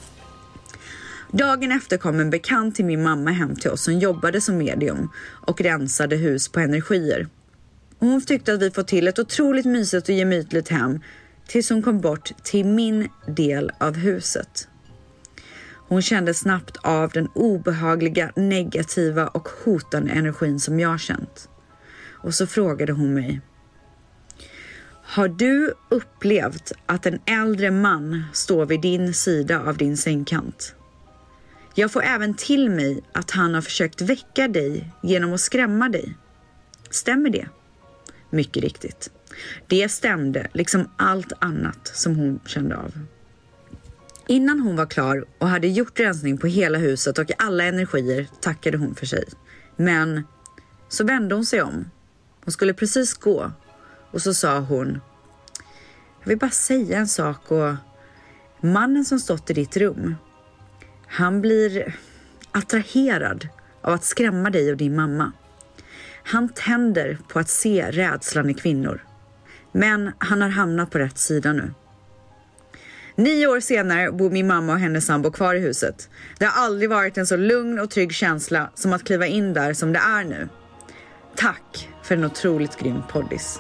Dagen efter kom en bekant till min mamma hem till oss som jobbade som medium och rensade hus på energier. Hon tyckte att vi fått till ett otroligt mysigt och gemytligt hem tills hon kom bort till min del av huset. Hon kände snabbt av den obehagliga, negativa och hotande energin som jag känt. Och så frågade hon mig: har du upplevt att en äldre man står vid din sida av din sängkant? Jag får även till mig att han har försökt väcka dig genom att skrämma dig. Stämmer det? Mycket riktigt. Det stämde, liksom allt annat som hon kände av. Innan hon var klar och hade gjort rensning på hela huset och alla energier tackade hon för sig. Men så vände hon sig om. Hon skulle precis gå. Och så sa hon: jag vill bara säga en sak, och mannen som stått i ditt rum, han blir attraherad av att skrämma dig och din mamma. Han tänder på att se rädslan i kvinnor. Men han har hamnat på rätt sida nu. Nio år senare bor min mamma och hennes sambo kvar i huset. Det har aldrig varit en så lugn och trygg känsla som att kliva in där som det är nu. Tack för en otroligt grym poddis.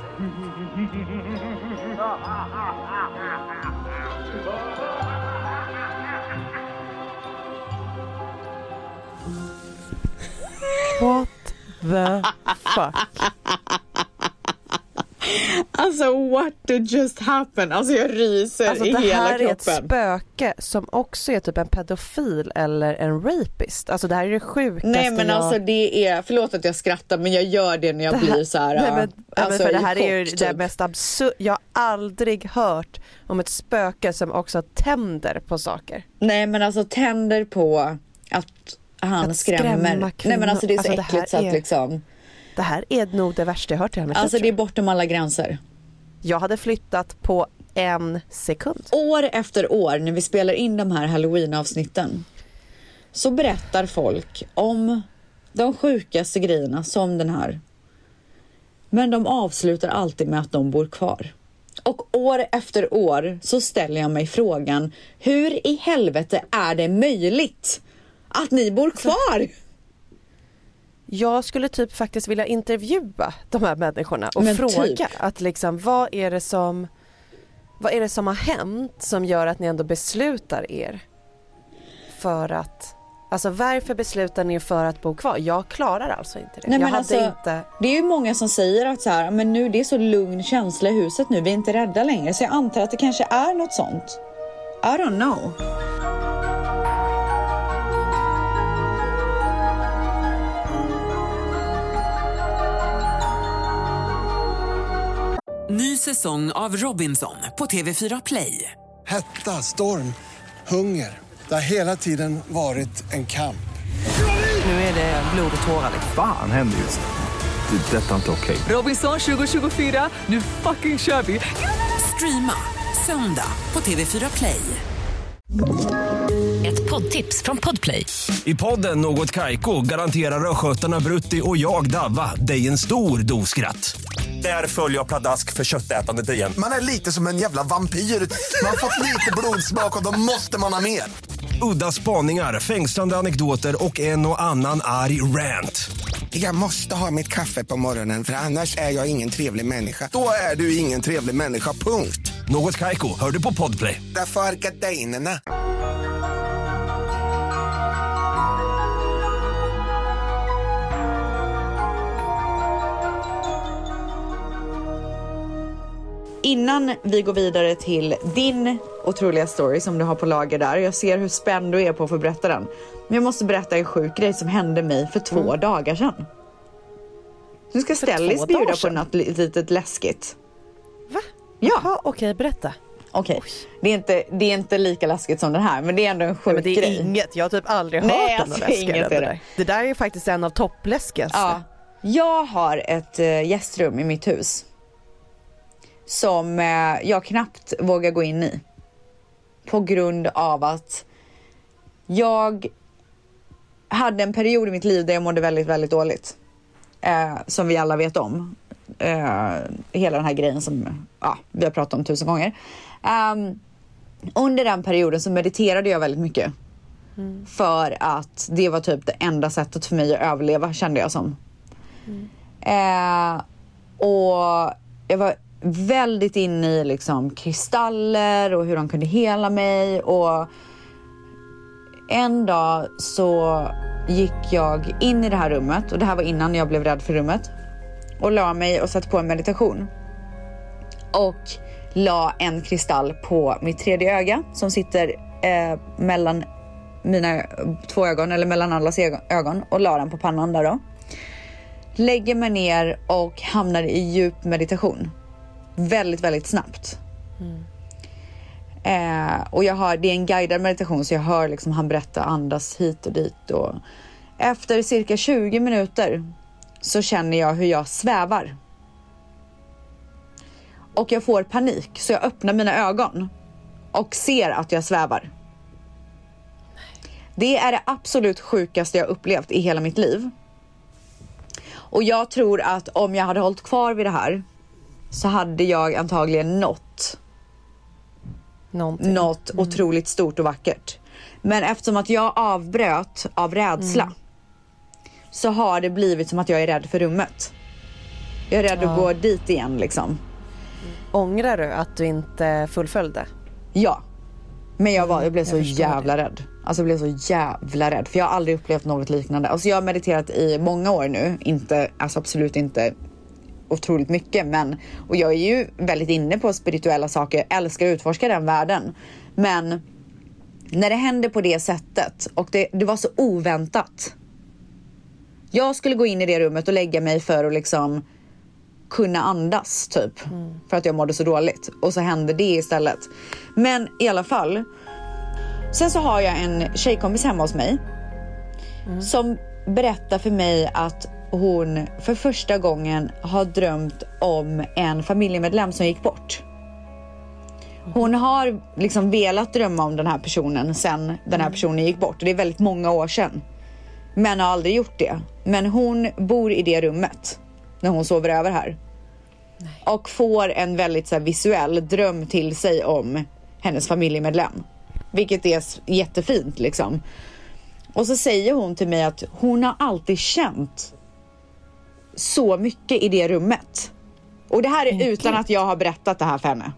What the fuck? Alltså what did just happen? Alltså jag ryser alltså, i hela kroppen. Det här är ett spöke som också är typ en pedofil eller en rapist. Alltså det här är det sjukaste. Nej men jag... alltså det är, förlåt att jag skrattar men jag gör det när jag det här... blir så här. Nej, men, alltså, men för det här chock, är ju typ. det mest absurd. Jag har aldrig hört om ett spöke som också tänder på saker. Nej men alltså tänder på att han att skrämmer. Nej men alltså det är så alltså, äckligt så att är... liksom. Det här är nog det värsta jag hört i hela mitt Alltså liv, det är bortom alla gränser. Jag hade flyttat på en sekund. År efter år när vi spelar in de här Halloween-avsnitten så berättar folk om de sjukaste grejerna som den här. Men de avslutar alltid med att de bor kvar. Och år efter år så ställer jag mig frågan, hur i helvete är det möjligt att ni bor kvar? Jag skulle typ faktiskt vilja intervjua de här människorna och Men fråga typ. att liksom, vad är det som vad är det som har hänt som gör att ni ändå beslutar er för att, alltså varför beslutar ni för att bo kvar? Jag klarar alltså inte det. Nej, jag men hade alltså, inte... Det är ju många som säger att så här, men nu det är så lugn känsla i huset nu, vi är inte rädda längre, så jag antar att det kanske är något sånt. I don't know. Ny säsong av Robinson på T V fyra Play. Hetta, storm, hunger. Det har hela tiden varit en kamp. Nu är det blod och tårar. Fan händer just det. Det är detta inte okej. Robinson tjugo tjugofyra, nu fucking kör vi. Streama söndag på T V fyra Play. Ett poddtips från Podplay. I podden Något Kaiko garanterar öskötarna Brutti och jag Davva dig en stor doskratt. Där följer jag pladask för köttätandet igen. Man är lite som en jävla vampyr. Man har fått lite blodsmak och då måste man ha mer. Udda spaningar, fängslande anekdoter och en och annan arg rant. Jag måste ha mitt kaffe på morgonen för annars är jag ingen trevlig människa. Då är du ingen trevlig människa, punkt. Något Kaiko, hör du på Podplay. Därför är gardinerna. Innan vi går vidare till din otroliga story som du har på lager där. Jag ser hur spänd du är på att få berätta den. Men jag måste berätta en sjuk grej som hände mig för två mm. dagar sedan. Nu ska Stellis bjuda på något litet läskigt. Va? Ja. Jaha, okej, berätta. Okej, det, är inte, det är inte lika läskigt som den här, men det är ändå en sjuk Nej, men det är grej. Inget, jag har typ aldrig hört Nej, om alltså, något läskigare. Det där. det där är ju faktiskt en av toppläskigaste. Ja. Jag har ett äh, gästrum i mitt hus som eh, jag knappt vågar gå in i på grund av att jag hade en period i mitt liv där jag mådde väldigt, väldigt dåligt. Eh, som vi alla vet om. Eh, hela den här grejen som ja, vi har pratat om tusen gånger. Um, under den perioden så mediterade jag väldigt mycket. Mm. För att det var typ det enda sättet för mig att överleva, kände jag som. Mm. Eh, och jag var väldigt inne i liksom kristaller och hur de kunde hela mig. Och en dag så gick jag in i det här rummet, och det här var innan jag blev rädd för rummet, och la mig och satte på en meditation och la en kristall på mitt tredje öga som sitter eh, mellan mina två ögon, eller mellan allas ögon, och la den på pannan där då. Lägger mig ner och hamnar i djup meditation väldigt, väldigt snabbt. Mm. Eh, och jag har, det är en guidad meditation, så jag hör liksom han berätta, andas hit och dit, och efter cirka tjugo minuter så känner jag hur jag svävar. Och jag får panik, så jag öppnar mina ögon och ser att jag svävar. Det är det absolut sjukaste jag upplevt i hela mitt liv. Och jag tror att om jag hade hållit kvar vid det här så hade jag antagligen nått Någonting. något mm. otroligt stort och vackert. Men eftersom att jag avbröt av rädsla mm. så har det blivit som att jag är rädd för rummet. Jag är rädd ja. att gå dit igen liksom. Ångrar du att du inte fullföljde? Ja. Men jag, var, jag blev jag så jävla det. rädd. Alltså jag blev så jävla rädd. För jag har aldrig upplevt något liknande. Alltså jag har mediterat i många år nu. Inte, alltså absolut inte otroligt mycket. Men, och jag är ju väldigt inne på spirituella saker. Älskar att utforska den världen. Men när det händer på det sättet och det, det var så oväntat. Jag skulle gå in i det rummet och lägga mig för att liksom kunna andas typ. Mm. För att jag mådde så dåligt. Och så hände det istället. Men i alla fall. Sen så har jag en tjejkompis hemma hos mig. Mm. Som berättar för mig att hon för första gången har drömt om en familjemedlem som gick bort. Hon har liksom velat drömma om den här personen sen den här personen gick bort. Och det är väldigt många år sedan. Men har aldrig gjort det. Men hon bor i det rummet när hon sover över här. Nej. Och får en väldigt så här, visuell dröm till sig om hennes familjemedlem. Vilket är jättefint liksom. Och så säger hon till mig att hon har alltid känt så mycket i det rummet. Och det här är mm, utan att jag har berättat det här för henne.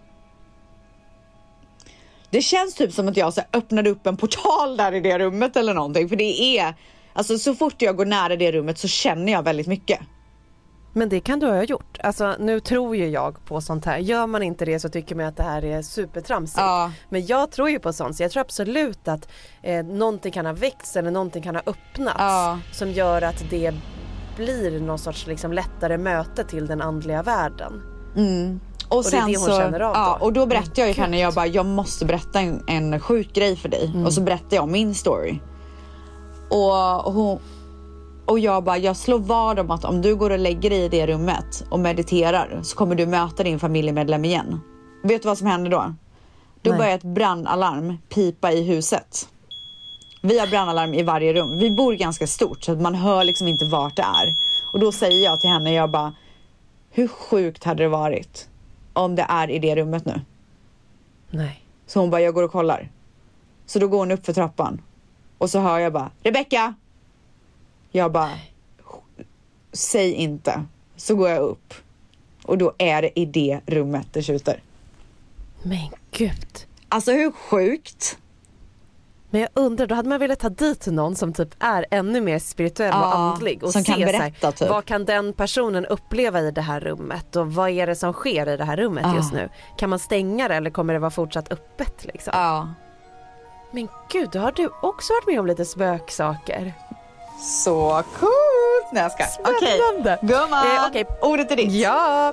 Det känns typ som att jag så öppnade upp en portal där i det rummet eller någonting. För det är, alltså så fort jag går nära det rummet så känner jag väldigt mycket. Men det kan du ha gjort. Alltså nu tror ju jag på sånt här. Gör man inte det så tycker man att det här är supertramsigt. Ja. Men jag tror ju på sånt. Så jag tror absolut att eh, någonting kan ha växt eller någonting kan ha öppnats. Ja. Som gör att det blir någon sorts liksom, lättare möte till den andliga världen. Mm. Och, och sen det är det hon så, känner av då. Ja, och då berättar jag ju för henne, jag bara, jag måste berätta en, en sjuk grej för dig. Mm. Och så berättar jag min story. Och, och hon... Och jag bara, jag slår vad om att om du går och lägger dig i det rummet och mediterar så kommer du möta din familjemedlem igen. Vet du vad som händer då? Då Nej. börjar ett brandalarm pipa i huset. Vi har brandalarm i varje rum. Vi bor ganska stort så att man hör liksom inte vart det är. Och då säger jag till henne, jag bara, hur sjukt hade det varit om det är i det rummet nu? Nej. Så hon bara, jag går och kollar. Så då går hon upp för trappan. Och så hör jag bara, Rebecca! Jag bara, säg inte. Så går jag upp. Och då är det i det rummet det skjuter. Men gud. Alltså hur sjukt? Men jag undrar, då hade man velat ta dit någon som typ är ännu mer spirituell ja, och andlig. Och som se kan berätta, så här, typ. Vad kan den personen uppleva i det här rummet? Och vad är det som sker i det här rummet ja. just nu? Kan man stänga det eller kommer det vara fortsatt öppet liksom? Ja. Men gud, då har du också varit med om lite spöksaker. Så coolt! Nej, jag ska. Okej, okay. Gumman. Eh, okay. Ordet är ditt. Ja.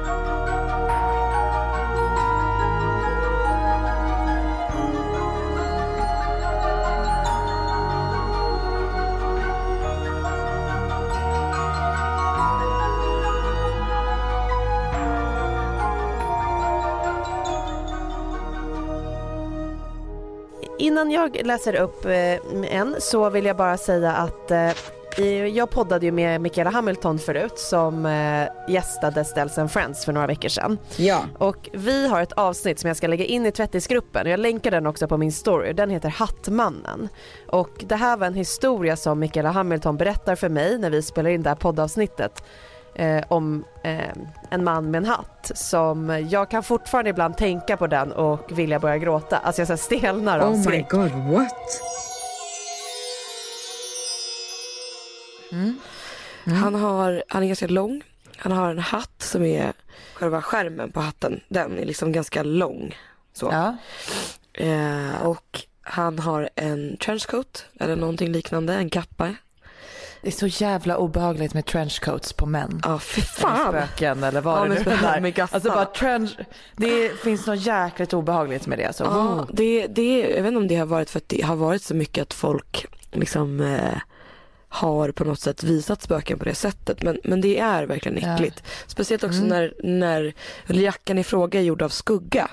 Innan jag läser upp eh, en så vill jag bara säga att eh, jag poddade ju med Michaela Hamilton förut som eh, gästade Stells and Friends för några veckor sedan. Ja. Och vi har ett avsnitt som jag ska lägga in i tvättisgruppen. Jag länkar den också på min story. Den heter Hattmannen. Och det här var en historia som Michaela Hamilton berättar för mig när vi spelar in det här poddavsnittet. Eh, om eh, en man med en hatt som jag kan fortfarande ibland tänka på den och vilja börja gråta. Alltså jag så stelnar av Oh skräck. my god, what? Mm. Mm. Han, har, han är ganska lång. Han har en hatt som är själva skärmen på hatten. Den är liksom ganska lång. Så. Ja. Eh, och han har en trenchcoat eller någonting liknande, en kappa. Det är så jävla obehagligt med trenchcoats på män. Ja, för fan. Eller spöken eller vad ja, det nu är. Alltså bara trench, det finns något jäkligt obehagligt med det. Alltså. Ja, wow. det, det, jag vet inte om det har varit för att det har varit så mycket att folk liksom eh, har på något sätt visat spöken på det sättet. Men, men det är verkligen äckligt. Ja. Speciellt också mm. när, när jackan i fråga är gjord av skugga.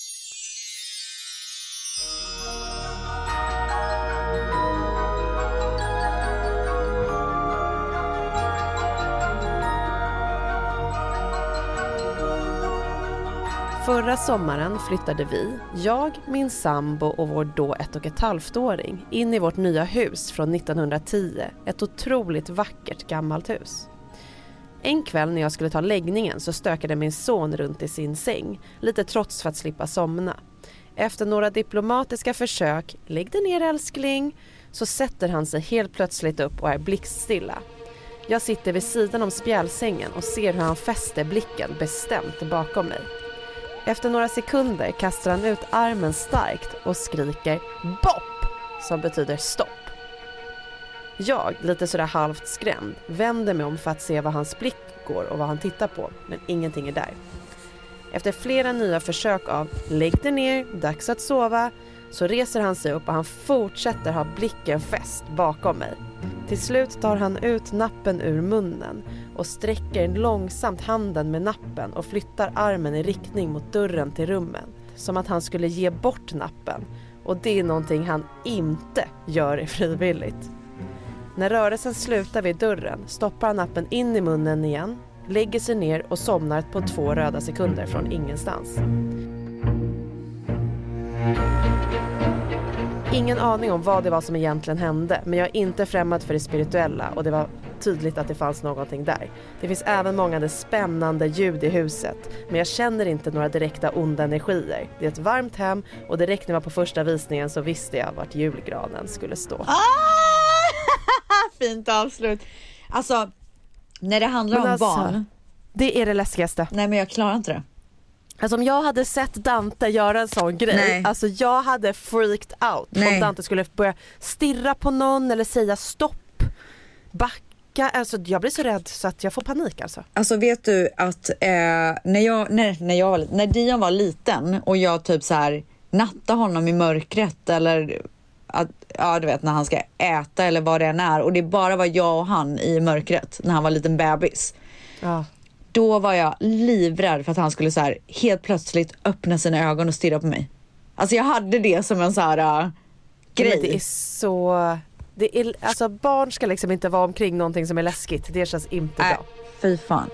Förra sommaren flyttade vi, jag, min sambo och vår då ett och ett halvt-åring in i vårt nya hus från nittonhundratio, ett otroligt vackert gammalt hus. En kväll när jag skulle ta läggningen så stökade min son runt i sin säng, lite trots för att slippa somna. Efter några diplomatiska försök, lägg dig ner älskling, så sätter han sig helt plötsligt upp och är blickstilla. Jag sitter vid sidan om spjälsängen och ser hur han fäster blicken bestämt bakom mig. Efter några sekunder kastar han ut armen starkt och skriker bopp, som betyder stopp. Jag, lite sådär halvt skrämd, vänder mig om för att se vad hans blick går och vad han tittar på, men ingenting är där. Efter flera nya försök av lägg dig ner, dags att sova, så reser han sig upp och han fortsätter ha blicken fäst bakom mig. Till slut tar han ut nappen ur munnen och sträcker långsamt handen med nappen och flyttar armen i riktning mot dörren till rummen. Som att han skulle ge bort nappen, och det är någonting han inte gör frivilligt. När rörelsen slutar vid dörren stoppar han nappen in i munnen igen, lägger sig ner och somnar på två röda sekunder från ingenstans. Ingen aning om vad det var som egentligen hände, men jag är inte främmad för det spirituella och det var tydligt att det fanns någonting där. Det finns även många spännande ljud i huset, men jag känner inte några direkta onda energier. Det är ett varmt hem och direkt när jag var på första visningen så visste jag vart julgranen skulle stå. Ah! Fint avslut. Alltså, när det handlar men om alltså, barn. Det är det läskigaste. Nej, men jag klarar inte det. Alltså om jag hade sett Dante göra en sån grej, Nej. alltså jag hade freaked out. Nej. Om Dante skulle börja stirra på någon eller säga stopp, backa. Alltså jag blir så rädd så att jag får panik alltså. Alltså vet du att eh, när, jag, när, när, jag var, när Dion var liten och jag typ så här nattade honom i mörkret eller att, ja du vet när han ska äta eller vad det än är och det bara var jag och han i mörkret när han var en liten bebis. Ja. Då var jag livrädd för att han skulle så här helt plötsligt öppna sina ögon och stirra på mig. Alltså jag hade det som en så här uh, grej. Men det är så... Det är, alltså barn ska liksom inte vara omkring någonting som är läskigt. Det känns inte äh, bra. Fy fan.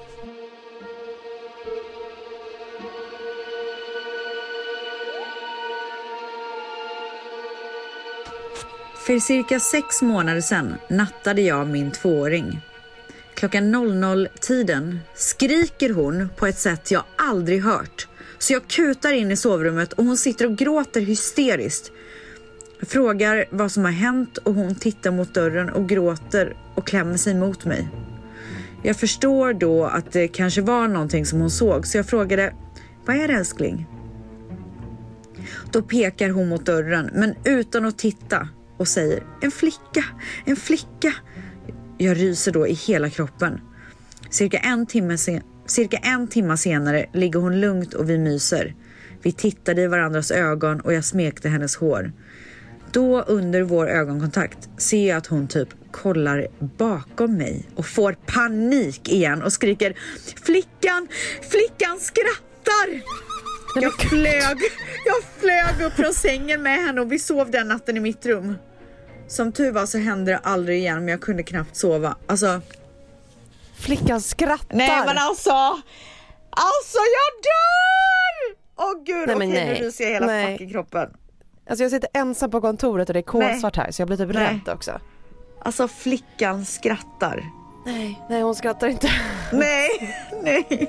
För cirka sex månader sedan nattade jag min tvååring. Klockan noll noll-tiden skriker hon på ett sätt jag aldrig hört. Så jag kutar in i sovrummet och hon sitter och gråter hysteriskt. Jag frågar vad som har hänt och hon tittar mot dörren och gråter och klämmer sig mot mig. Jag förstår då att det kanske var någonting som hon såg så jag frågade, vad är det älskling? Då pekar hon mot dörren men utan att titta och säger, en flicka, en flicka. Jag ryser då i hela kroppen. Cirka en timme, sen- cirka en timme senare ligger hon lugnt och vi myser. Vi tittade i varandras ögon och jag smekte hennes hår. Då under vår ögonkontakt ser jag att hon typ kollar bakom mig och får panik igen och skriker, flickan, flickan skrattar! Jag flög, jag flög upp från sängen med henne och vi sov den natten i mitt rum. Som tur var så hände det aldrig igen men jag kunde knappt sova. Alltså... Flickan skrattar. Nej men alltså... Alltså jag dör! Åh oh, gud, nej, okej okay, nu ryser jag hela nej. fucking kroppen. Alltså jag sitter ensam på kontoret och det är kolsvart här så jag blir typ nej. rädd också. Alltså flickan skrattar. Nej, nej hon skrattar inte. Nej, nej.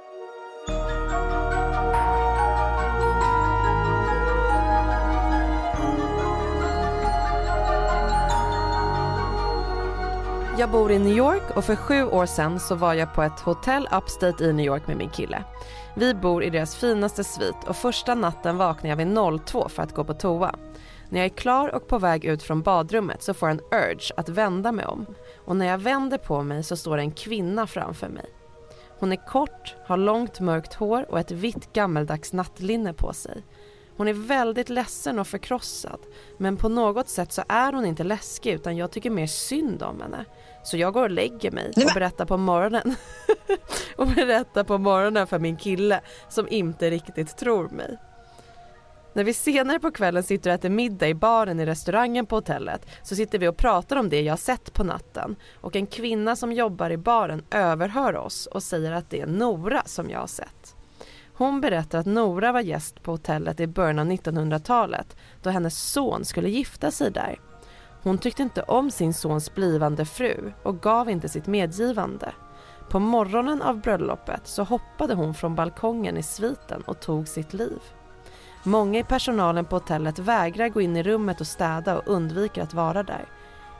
Jag bor i New York och för sju år sedan så var jag på ett hotell upstate i New York med min kille. Vi bor i deras finaste svit och första natten vaknar jag vid noll två för att gå på toa. När jag är klar och på väg ut från badrummet så får jag en urge att vända mig om. Och när jag vänder på mig så står en kvinna framför mig. Hon är kort, har långt mörkt hår och ett vitt gammeldags nattlinne på sig. Hon är väldigt ledsen och förkrossad. Men på något sätt så är hon inte läskig utan jag tycker mer synd om henne. Så jag går och lägger mig och berättar på morgonen. och berättar på morgonen för min kille som inte riktigt tror mig. När vi senare på kvällen sitter och äter middag i baren i restaurangen på hotellet så sitter vi och pratar om det jag sett på natten. Och en kvinna som jobbar i baren överhör oss och säger att det är Nora som jag har sett. Hon berättar att Nora var gäst på hotellet i början av nittonhundratalet då hennes son skulle gifta sig där. Hon tyckte inte om sin sons blivande fru och gav inte sitt medgivande. På morgonen av bröllopet så hoppade hon från balkongen i sviten och tog sitt liv. Många i personalen på hotellet vägrar gå in i rummet och städa och undviker att vara där.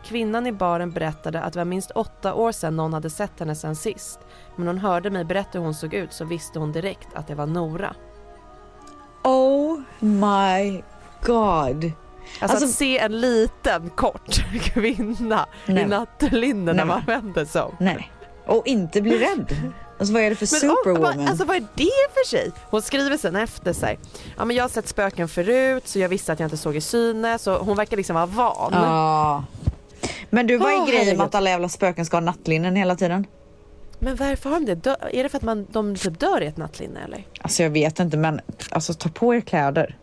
Kvinnan i baren berättade att det var minst åtta år sedan någon hade sett henne sen sist. Men hon hörde mig berätta hur hon såg ut så visste hon direkt att det var Nora. Oh my god. Alltså, alltså att se en liten kort kvinna nej. i nattlinne när man vänder sig om. Nej. Och inte bli rädd. Alltså vad är det för men, superwoman? Oh, alltså vad är det för sig? Hon skriver sen efter sig. Ja men jag har sett spöken förut så jag visste att jag inte såg i syne. Så hon verkar liksom vara van. Ja. Men du, vad är oh, grejen med att alla jävla spöken ska ha nattlinnen hela tiden? Men varför har de det? Dö- är det för att man, de typ dör i ett nattlinne eller? Alltså jag vet inte men alltså ta på er kläder.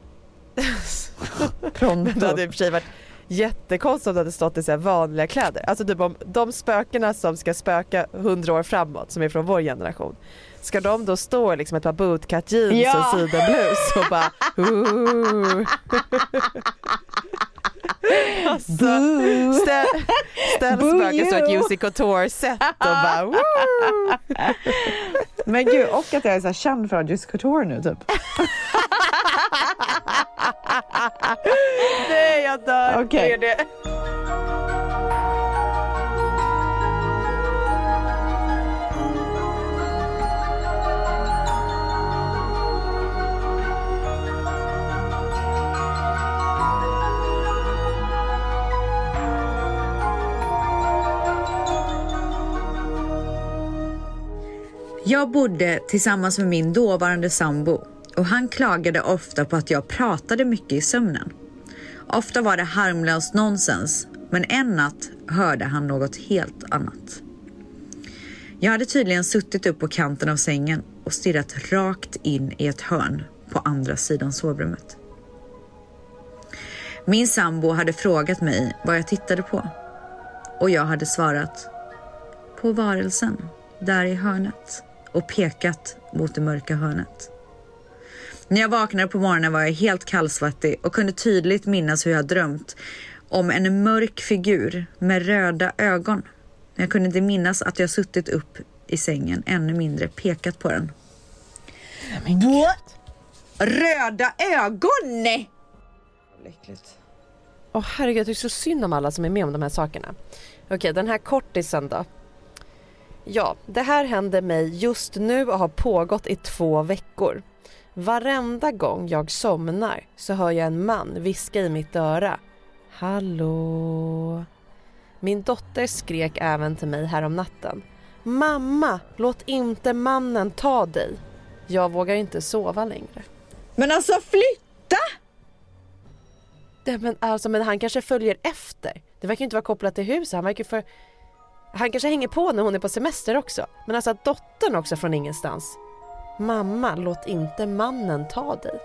Det hade i och för sig varit jättekonstigt om det hade stått i så här vanliga kläder. Alltså typ om de spökerna som ska spöka hundra år framåt som är från vår generation. Ska de då stå liksom ett par bootcut jeans ja. och sidenblus och bara alltså, ställ, ställ spöken så ett Juicy Couture-set och bara woo. Men gud, och att jag är så här känd för Juicy Couture nu typ. Nej, jag dör. Okej. Okay. Jag bodde tillsammans med min dåvarande sambo och han klagade ofta på att jag pratade mycket i sömnen. Ofta var det harmlöst nonsens, men en natt hörde han något helt annat. Jag hade tydligen suttit upp på kanten av sängen och stirrat rakt in i ett hörn på andra sidan sovrummet. Min sambo hade frågat mig vad jag tittade på och jag hade svarat på varelsen där i hörnet och pekat mot det mörka hörnet. När jag vaknade på morgonen var jag helt kallsvettig och kunde tydligt minnas hur jag drömt om en mörk figur med röda ögon. Jag kunde inte minnas att jag suttit upp i sängen, ännu mindre pekat på den. What? Röda ögon? Lyckligt. Åh oh, herregud, jag tycker så synd om alla som är med om de här sakerna. Okej, den här kortisen då. Ja, det här händer mig just nu och har pågått i två veckor. Varenda gång jag somnar så hör jag en man viska i mitt öra. Hallå? Min dotter skrek även till mig här om natten. Mamma, låt inte mannen ta dig. Jag vågar inte sova längre. Men alltså flytta! Det, men, alltså, men han kanske följer efter. Det verkar inte vara kopplat till huset. Han verkar för... Han kanske hänger på när hon är på semester också. Men alltså att dottern också från ingenstans. Mamma, låt inte mannen ta dig.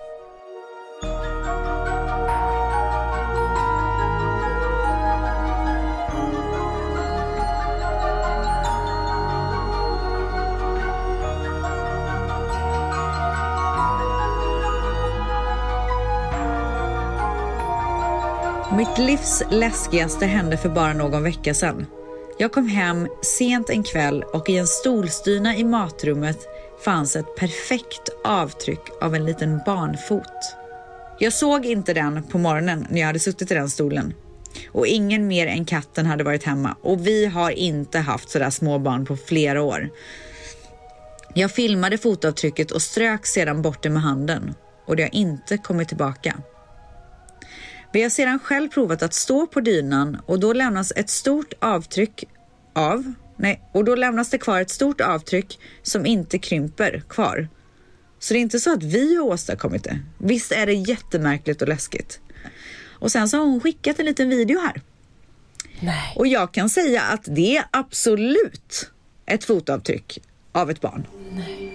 Mitt livs läskigaste hände för bara någon vecka sedan. Jag kom hem sent en kväll och i en stolstyna i matrummet fanns ett perfekt avtryck av en liten barnfot. Jag såg inte den på morgonen när jag hade suttit i den stolen. Och ingen mer än katten hade varit hemma. Och vi har inte haft sådär små barn på flera år. Jag filmade fotavtrycket och strök sedan bort det med handen. Och det har inte kommit tillbaka. Vi har sedan själv provat att stå på dynan och då lämnas ett stort avtryck av... Nej, och då lämnas det kvar ett stort avtryck som inte krymper kvar. Så det är inte så att vi har åstadkommit det. Visst är det jättemärkligt och läskigt. Och sen så har hon skickat en liten video här. Nej. Och jag kan säga att det är absolut ett fotavtryck av ett barn. Nej.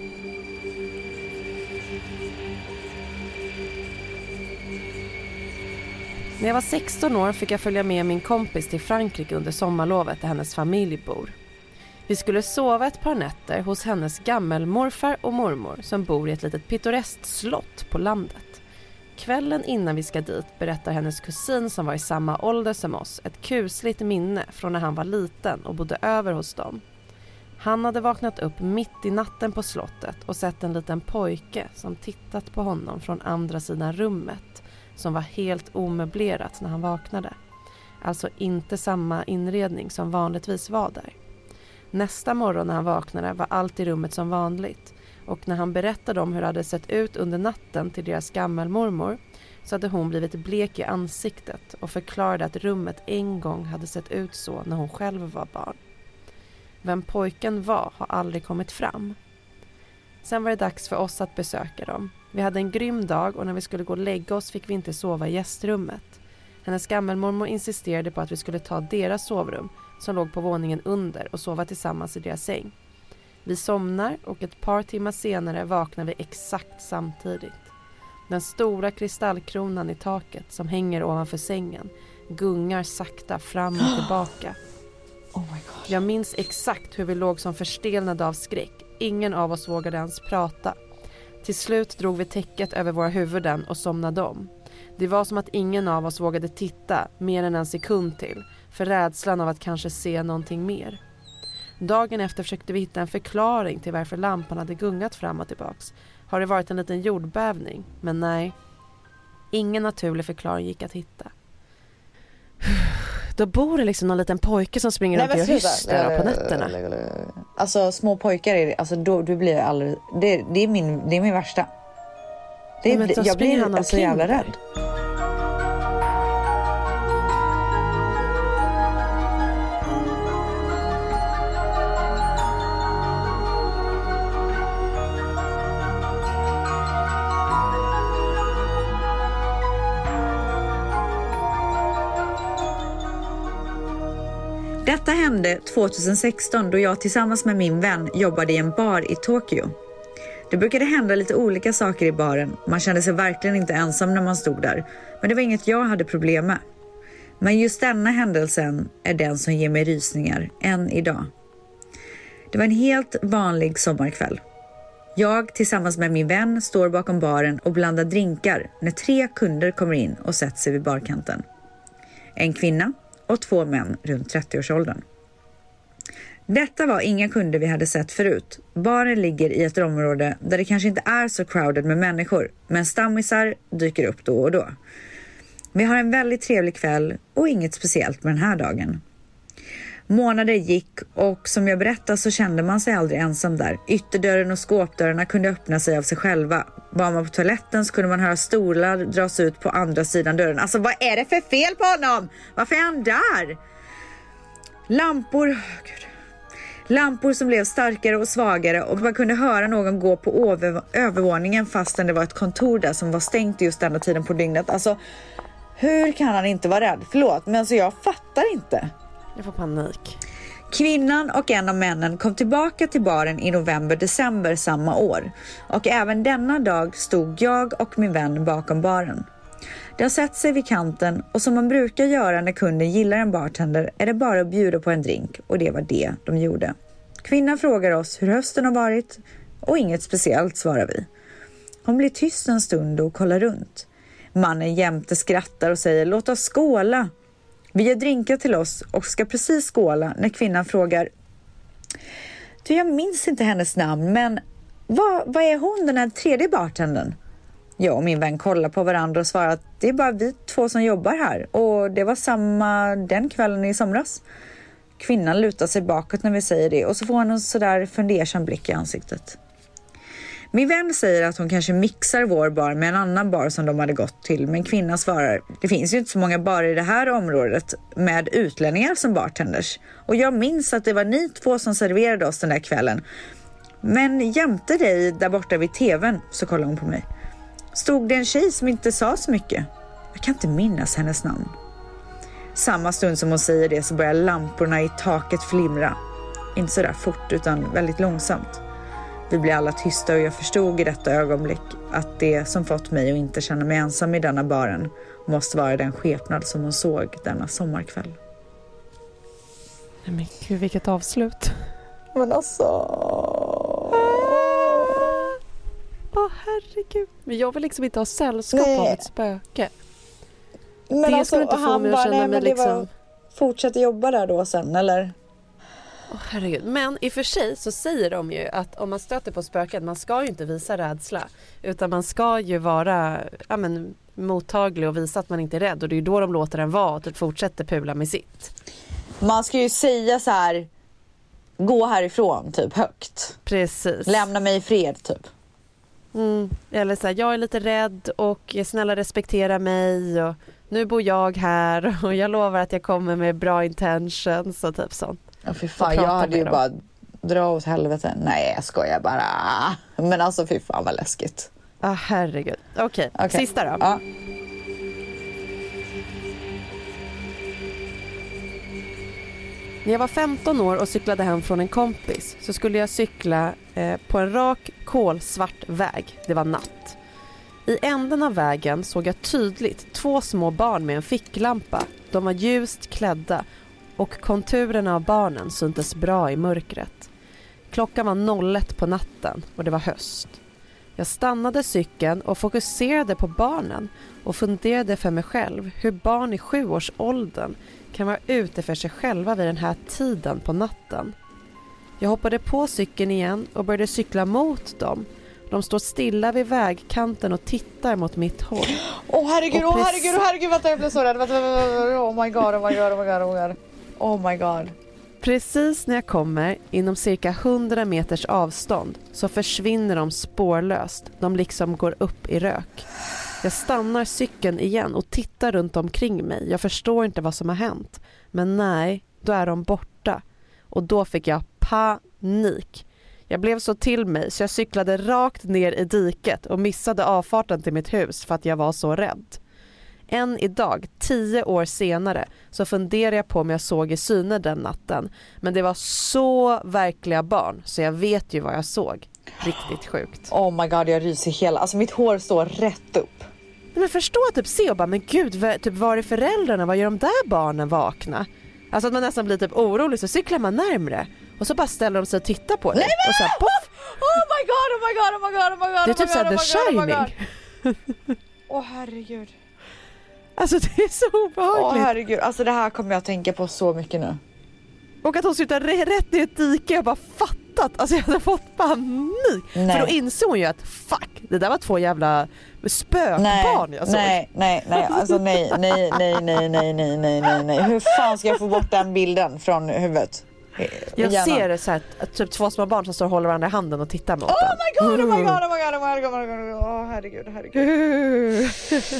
När jag var sexton år fick jag följa med min kompis till Frankrike under sommarlovet där hennes familj bor. Vi skulle sova ett par nätter hos hennes gammelmorfar och mormor som bor i ett litet pittoreskt slott på landet. Kvällen innan vi ska dit berättar hennes kusin som var i samma ålder som oss ett kusligt minne från när han var liten och bodde över hos dem. Han hade vaknat upp mitt i natten på slottet och sett en liten pojke som tittat på honom från andra sidan rummet som var helt omöblerat när han vaknade. Alltså inte samma inredning som vanligtvis var där. Nästa morgon när han vaknade var allt i rummet som vanligt. Och när han berättade om hur det hade sett ut under natten till deras gammelmormor så hade hon blivit blek i ansiktet och förklarade att rummet en gång hade sett ut så när hon själv var barn. Vem pojken var har aldrig kommit fram. Sen var det dags för oss att besöka dem. Vi hade en grym dag och när vi skulle gå och lägga oss fick vi inte sova i gästrummet. Hennes gammelmormor insisterade på att vi skulle ta deras sovrum som låg på våningen under och sova tillsammans i deras säng. Vi somnar och ett par timmar senare vaknar vi exakt samtidigt. Den stora kristallkronan i taket som hänger ovanför sängen gungar sakta fram och tillbaka. Oh my God. Jag minns exakt hur vi låg som förstelnade av skräck. Ingen av oss vågade ens prata. Till slut drog vi täcket över våra huvuden och somnade om. Det var som att ingen av oss vågade titta mer än en sekund till för rädslan av att kanske se någonting mer. Dagen efter försökte vi hitta en förklaring till varför lampan hade gungat fram och tillbaks. Har det varit en liten jordbävning? Men nej. Ingen naturlig förklaring gick att hitta. Då bor det liksom någon liten pojke som springer runt och hystar på nätterna. Alltså små pojkar är det, alltså då du blir aldrig det, det är min det är min värsta. Det är, ja, jag blir han alltså jävla rädd. Detta hände tjugohundrasexton då jag tillsammans med min vän jobbade i en bar i Tokyo. Det brukade hända lite olika saker i baren. Man kände sig verkligen inte ensam när man stod där. Men det var inget jag hade problem med. Men just denna händelsen är den som ger mig rysningar än idag. Det var en helt vanlig sommarkväll. Jag tillsammans med min vän står bakom baren och blandar drinkar när tre kunder kommer in och sätter sig vid barkanten. En kvinna och två män runt trettio-årsåldern. Detta var inga kunder vi hade sett förut. Baren ligger i ett område där det kanske inte är så crowded med människor, men stammisar dyker upp då och då. Vi har en väldigt trevlig kväll och inget speciellt med den här dagen. Månader gick och som jag berättade så kände man sig aldrig ensam där. Ytterdörren och skåpdörrarna kunde öppna sig av sig själva. Var man på toaletten så kunde man höra stolar dras ut på andra sidan dörren. Alltså vad är det för fel på honom? Varför är han där? Lampor... Gud. Lampor som blev starkare och svagare och man kunde höra någon gå på över, övervåningen fastän det var ett kontor där som var stängt just denna tiden på dygnet. Alltså, hur kan han inte vara rädd? Förlåt, men alltså jag fattar inte. Jag får panik. Kvinnan och en av männen kom tillbaka till baren i november-december samma år. Och även denna dag stod jag och min vän bakom baren. De har sett sig vid kanten och som man brukar göra när kunden gillar en bartender är det bara att bjuda på en drink och det var det de gjorde. Kvinnan frågar oss hur hösten har varit och inget speciellt svarar vi. Hon blir tyst en stund och kollar runt. Mannen jämte skrattar och säger låt oss skåla. Vi gör drinkar till oss och ska precis skåla när kvinnan frågar du, jag minns inte hennes namn men vad, vad är hon den här tredje bartendern? Jag och min vän kollar på varandra och svarar att det är bara vi två som jobbar här. Och det var samma den kvällen i somras. Kvinnan lutar sig bakåt när vi säger det och så får hon en sådär fundersam blick i ansiktet. Min vän säger att hon kanske mixar vår bar med en annan bar som de hade gått till. Men kvinnan svarar, det finns ju inte så många barer i det här området med utlänningar som bartenders. Och jag minns att det var ni två som serverade oss den där kvällen. Men jämte dig där borta vid tvn så kollar hon på mig. Stod det en tjej som inte sa så mycket? Jag kan inte minnas hennes namn. Samma stund som hon säger det så börjar lamporna i taket flimra. Inte så där fort utan väldigt långsamt. Vi blir alla tysta och jag förstod i detta ögonblick att det som fått mig att inte känna mig ensam i denna baren måste vara den skepnad som hon såg denna sommarkväll. Nej men gud, vilket avslut. Men alltså... Åh oh, herregud. Men jag vill liksom inte ha sällskap nej. Av ett spöke. Men det alltså, skulle inte få mig att känna mig liksom... Var... Fortsätter jobba där då sen, eller? Åh oh, herregud. Men i och för sig så säger de ju att om man stöter på spöken, man ska ju inte visa rädsla. Utan man ska ju vara ja, men, mottaglig och visa att man inte är rädd. Och det är ju då de låter den vara och typ fortsätter pula med sitt. Man ska ju säga så här: gå härifrån typ högt. Precis. Lämna mig i fred typ. Mm. Eller så här, jag är lite rädd och snälla respektera mig och nu bor jag här och jag lovar att jag kommer med bra intentions och typ sånt. Ja, för fan, jag hade ju dem. bara dra åt helvete. Nej, jag skojar bara. Men alltså fy fan vad läskigt. Ja, ah, herregud. Okej, okay. okay. Sista då. Ja. När jag var femton år och cyklade hem från en kompis så skulle jag cykla eh, på en rak kolsvart väg. Det var natt. I änden av vägen såg jag tydligt två små barn med en ficklampa. De var ljust klädda och konturerna av barnen syntes bra i mörkret. Klockan var noll ett på natten och det var höst. Jag stannade cykeln och fokuserade på barnen och funderade för mig själv hur barn i sjuårsåldern kan vara ute för sig själva vid den här tiden på natten. Jag hoppade på cykeln igen och började cykla mot dem. De står stilla vid vägkanten och tittar mot mitt håll. Åh oh, herregud, åh oh, herregud, åh oh, herregud, vänta, jag blev så rädd. Oh my god, oh my god, oh my god, oh my god. Oh my god. Precis när jag kommer inom cirka hundra meters avstånd så försvinner de spårlöst. De liksom går upp i rök. Jag stannar cykeln igen och tittar runt omkring mig. Jag förstår inte vad som har hänt. Men nej, då är de borta. Och då fick jag panik. Jag blev så till mig så jag cyklade rakt ner i diket och missade avfarten till mitt hus för att jag var så rädd. Än idag, tio år senare, så funderar jag på om jag såg i syner den natten. Men det var så verkliga barn så jag vet ju vad jag såg. Riktigt sjukt. Oh my god, jag ryser hela. Alltså mitt hår står rätt upp. Men förstå typ se och bara, men gud, typ, var är föräldrarna? Vad gör de där barnen vakna? Alltså att man nästan blir typ orolig så cyklar man närmre. Och så bara ställer de sig och tittar på dig. Och så här, poff! Oh my god, oh my god, oh my god, oh my god. Det är typ såhär The Shining. Åh oh, herregud. Alltså det är så obehagligt. Åh oh, herregud, alltså det här kommer jag tänka på så mycket nu. Och att hon sitter rätt i ett dike, jag bara fattat. Alltså jag hade fått panik. Nej. För då insåg hon ju att fuck, det där var två jävla spökbarn nej, jag såg. Nej, nej, nej, alltså nej, nej, nej, nej, nej, nej, nej, nej, nej. Hur fan ska jag få bort den bilden från huvudet? Jag Gärna. ser det så här, att typ två små barn som står och håller varandra i handen och tittar mot oh den. My god, oh my god, oh my god, oh my god, oh my god, oh herregud, herregud.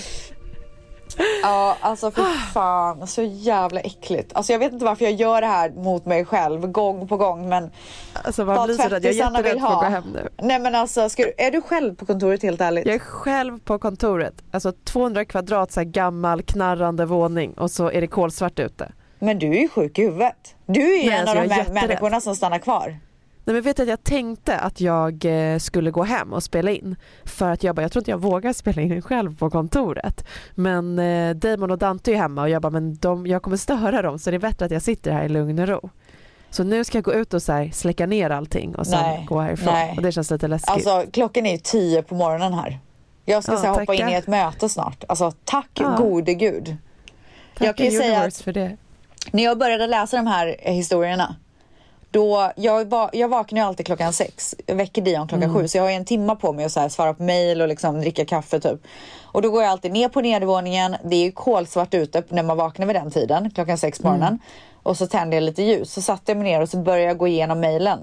Ja, alltså för fan, så jävla äckligt. Alltså jag vet inte varför jag gör det här mot mig själv gång på gång, men alltså man blir så rädd, jag är jätterädd för att gå hem nu. Nej men alltså, ska du, är du själv på kontoret helt ärligt? Jag är själv på kontoret, alltså tvåhundra kvadrat så här gammal knarrande våning och så är det kolsvart ute. Men du är ju sjuk i huvudet. Du är ju Nej, en alltså av de mä- människorna som stannar kvar. Nej, men vet du att jag tänkte att jag eh, skulle gå hem och spela in. För att jag bara, jag tror inte jag vågar spela in själv på kontoret. Men eh, Damon och Dante är hemma och jag bara, men de, jag kommer störa dem så det är bättre att jag sitter här i lugn och ro. Så nu ska jag gå ut och så här, släcka ner allting och sen nej, gå härifrån. Nej. Och det känns lite läskigt. Alltså klockan är ju tio på morgonen här. Jag ska ja, så här, hoppa in i ett möte snart. Alltså tack ja. gode gud. Tack jag kan ju säga att för det. När jag började läsa de här historierna då, jag, va, jag vaknar ju alltid klockan sex. Jag väcker Dion klockan mm. sju. Så jag har ju en timma på mig att så här, svara på mejl och liksom dricka kaffe typ. Och då går jag alltid ner på nedervåningen. Det är ju kolsvart ute när man vaknar vid den tiden. Klockan sex på morgonen. Mm. Och så tänder jag lite ljus. Så satte jag mig ner och så började jag gå igenom mejlen.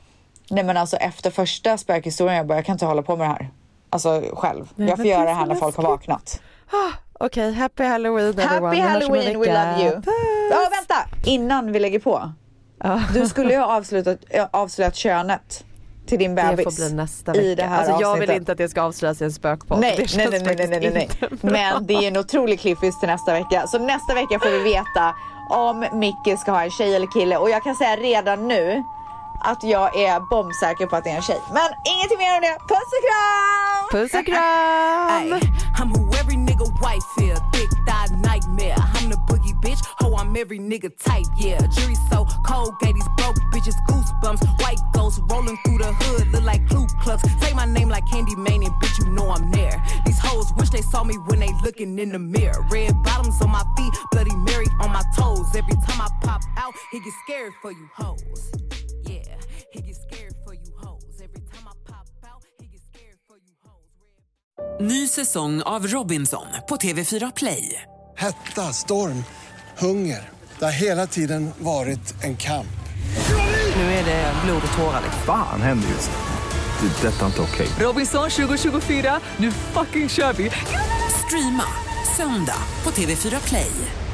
Nej men alltså efter första spökhistorien jag bara, jag kan inte hålla på med det här. Alltså själv. Nej, jag får göra det här när folk har vaknat. Ah, Okej, okay. Happy Halloween everyone. Happy Halloween, we love you. Ja oh, vänta, innan vi lägger på. Du skulle ju ha avslutat, avslöjat könet till din bebis. Det får bli nästa vecka. I det här alltså, jag vill inte att det ska avslöjas i en spökpodd. Nej, nej, nej, nej, nej, nej, nej. Men det är en otrolig cliffis till nästa vecka. Så nästa vecka får vi veta om Micke ska ha en tjej eller kille. Och jag kan säga redan nu att jag är bombsäker på att det är en tjej. Men ingenting mer om det. Puss och kram! Puss och kram! I'm who every nigga wife feel. Thick thigh nightmare. I'm the boogie bitch. Ho, I'm every nigga type, yeah. Jury so cold, gave these broke bitches goosebumps. White ghosts rolling through the hood, look like Ku Klux. Say my name like Candy Mane and bitch, you know I'm there. These hoes wish they saw me when they looking in the mirror. Red bottoms on my feet, Bloody Mary on my toes. Every time I pop out, he get scared for you hoes. Yeah, he get scared for you hoes. Every time I pop out, he get scared for you hoes. Red... Ny säsong av Robinson på T V fyra Play. Hetta, storm, hunger. Det har hela tiden varit en kamp. Nu är det blod och tårar. Fan händer just det. Det är detta inte okej. Robinson tjugo tjugofyra, nu fucking kör vi. Streama söndag på T V fyra Play.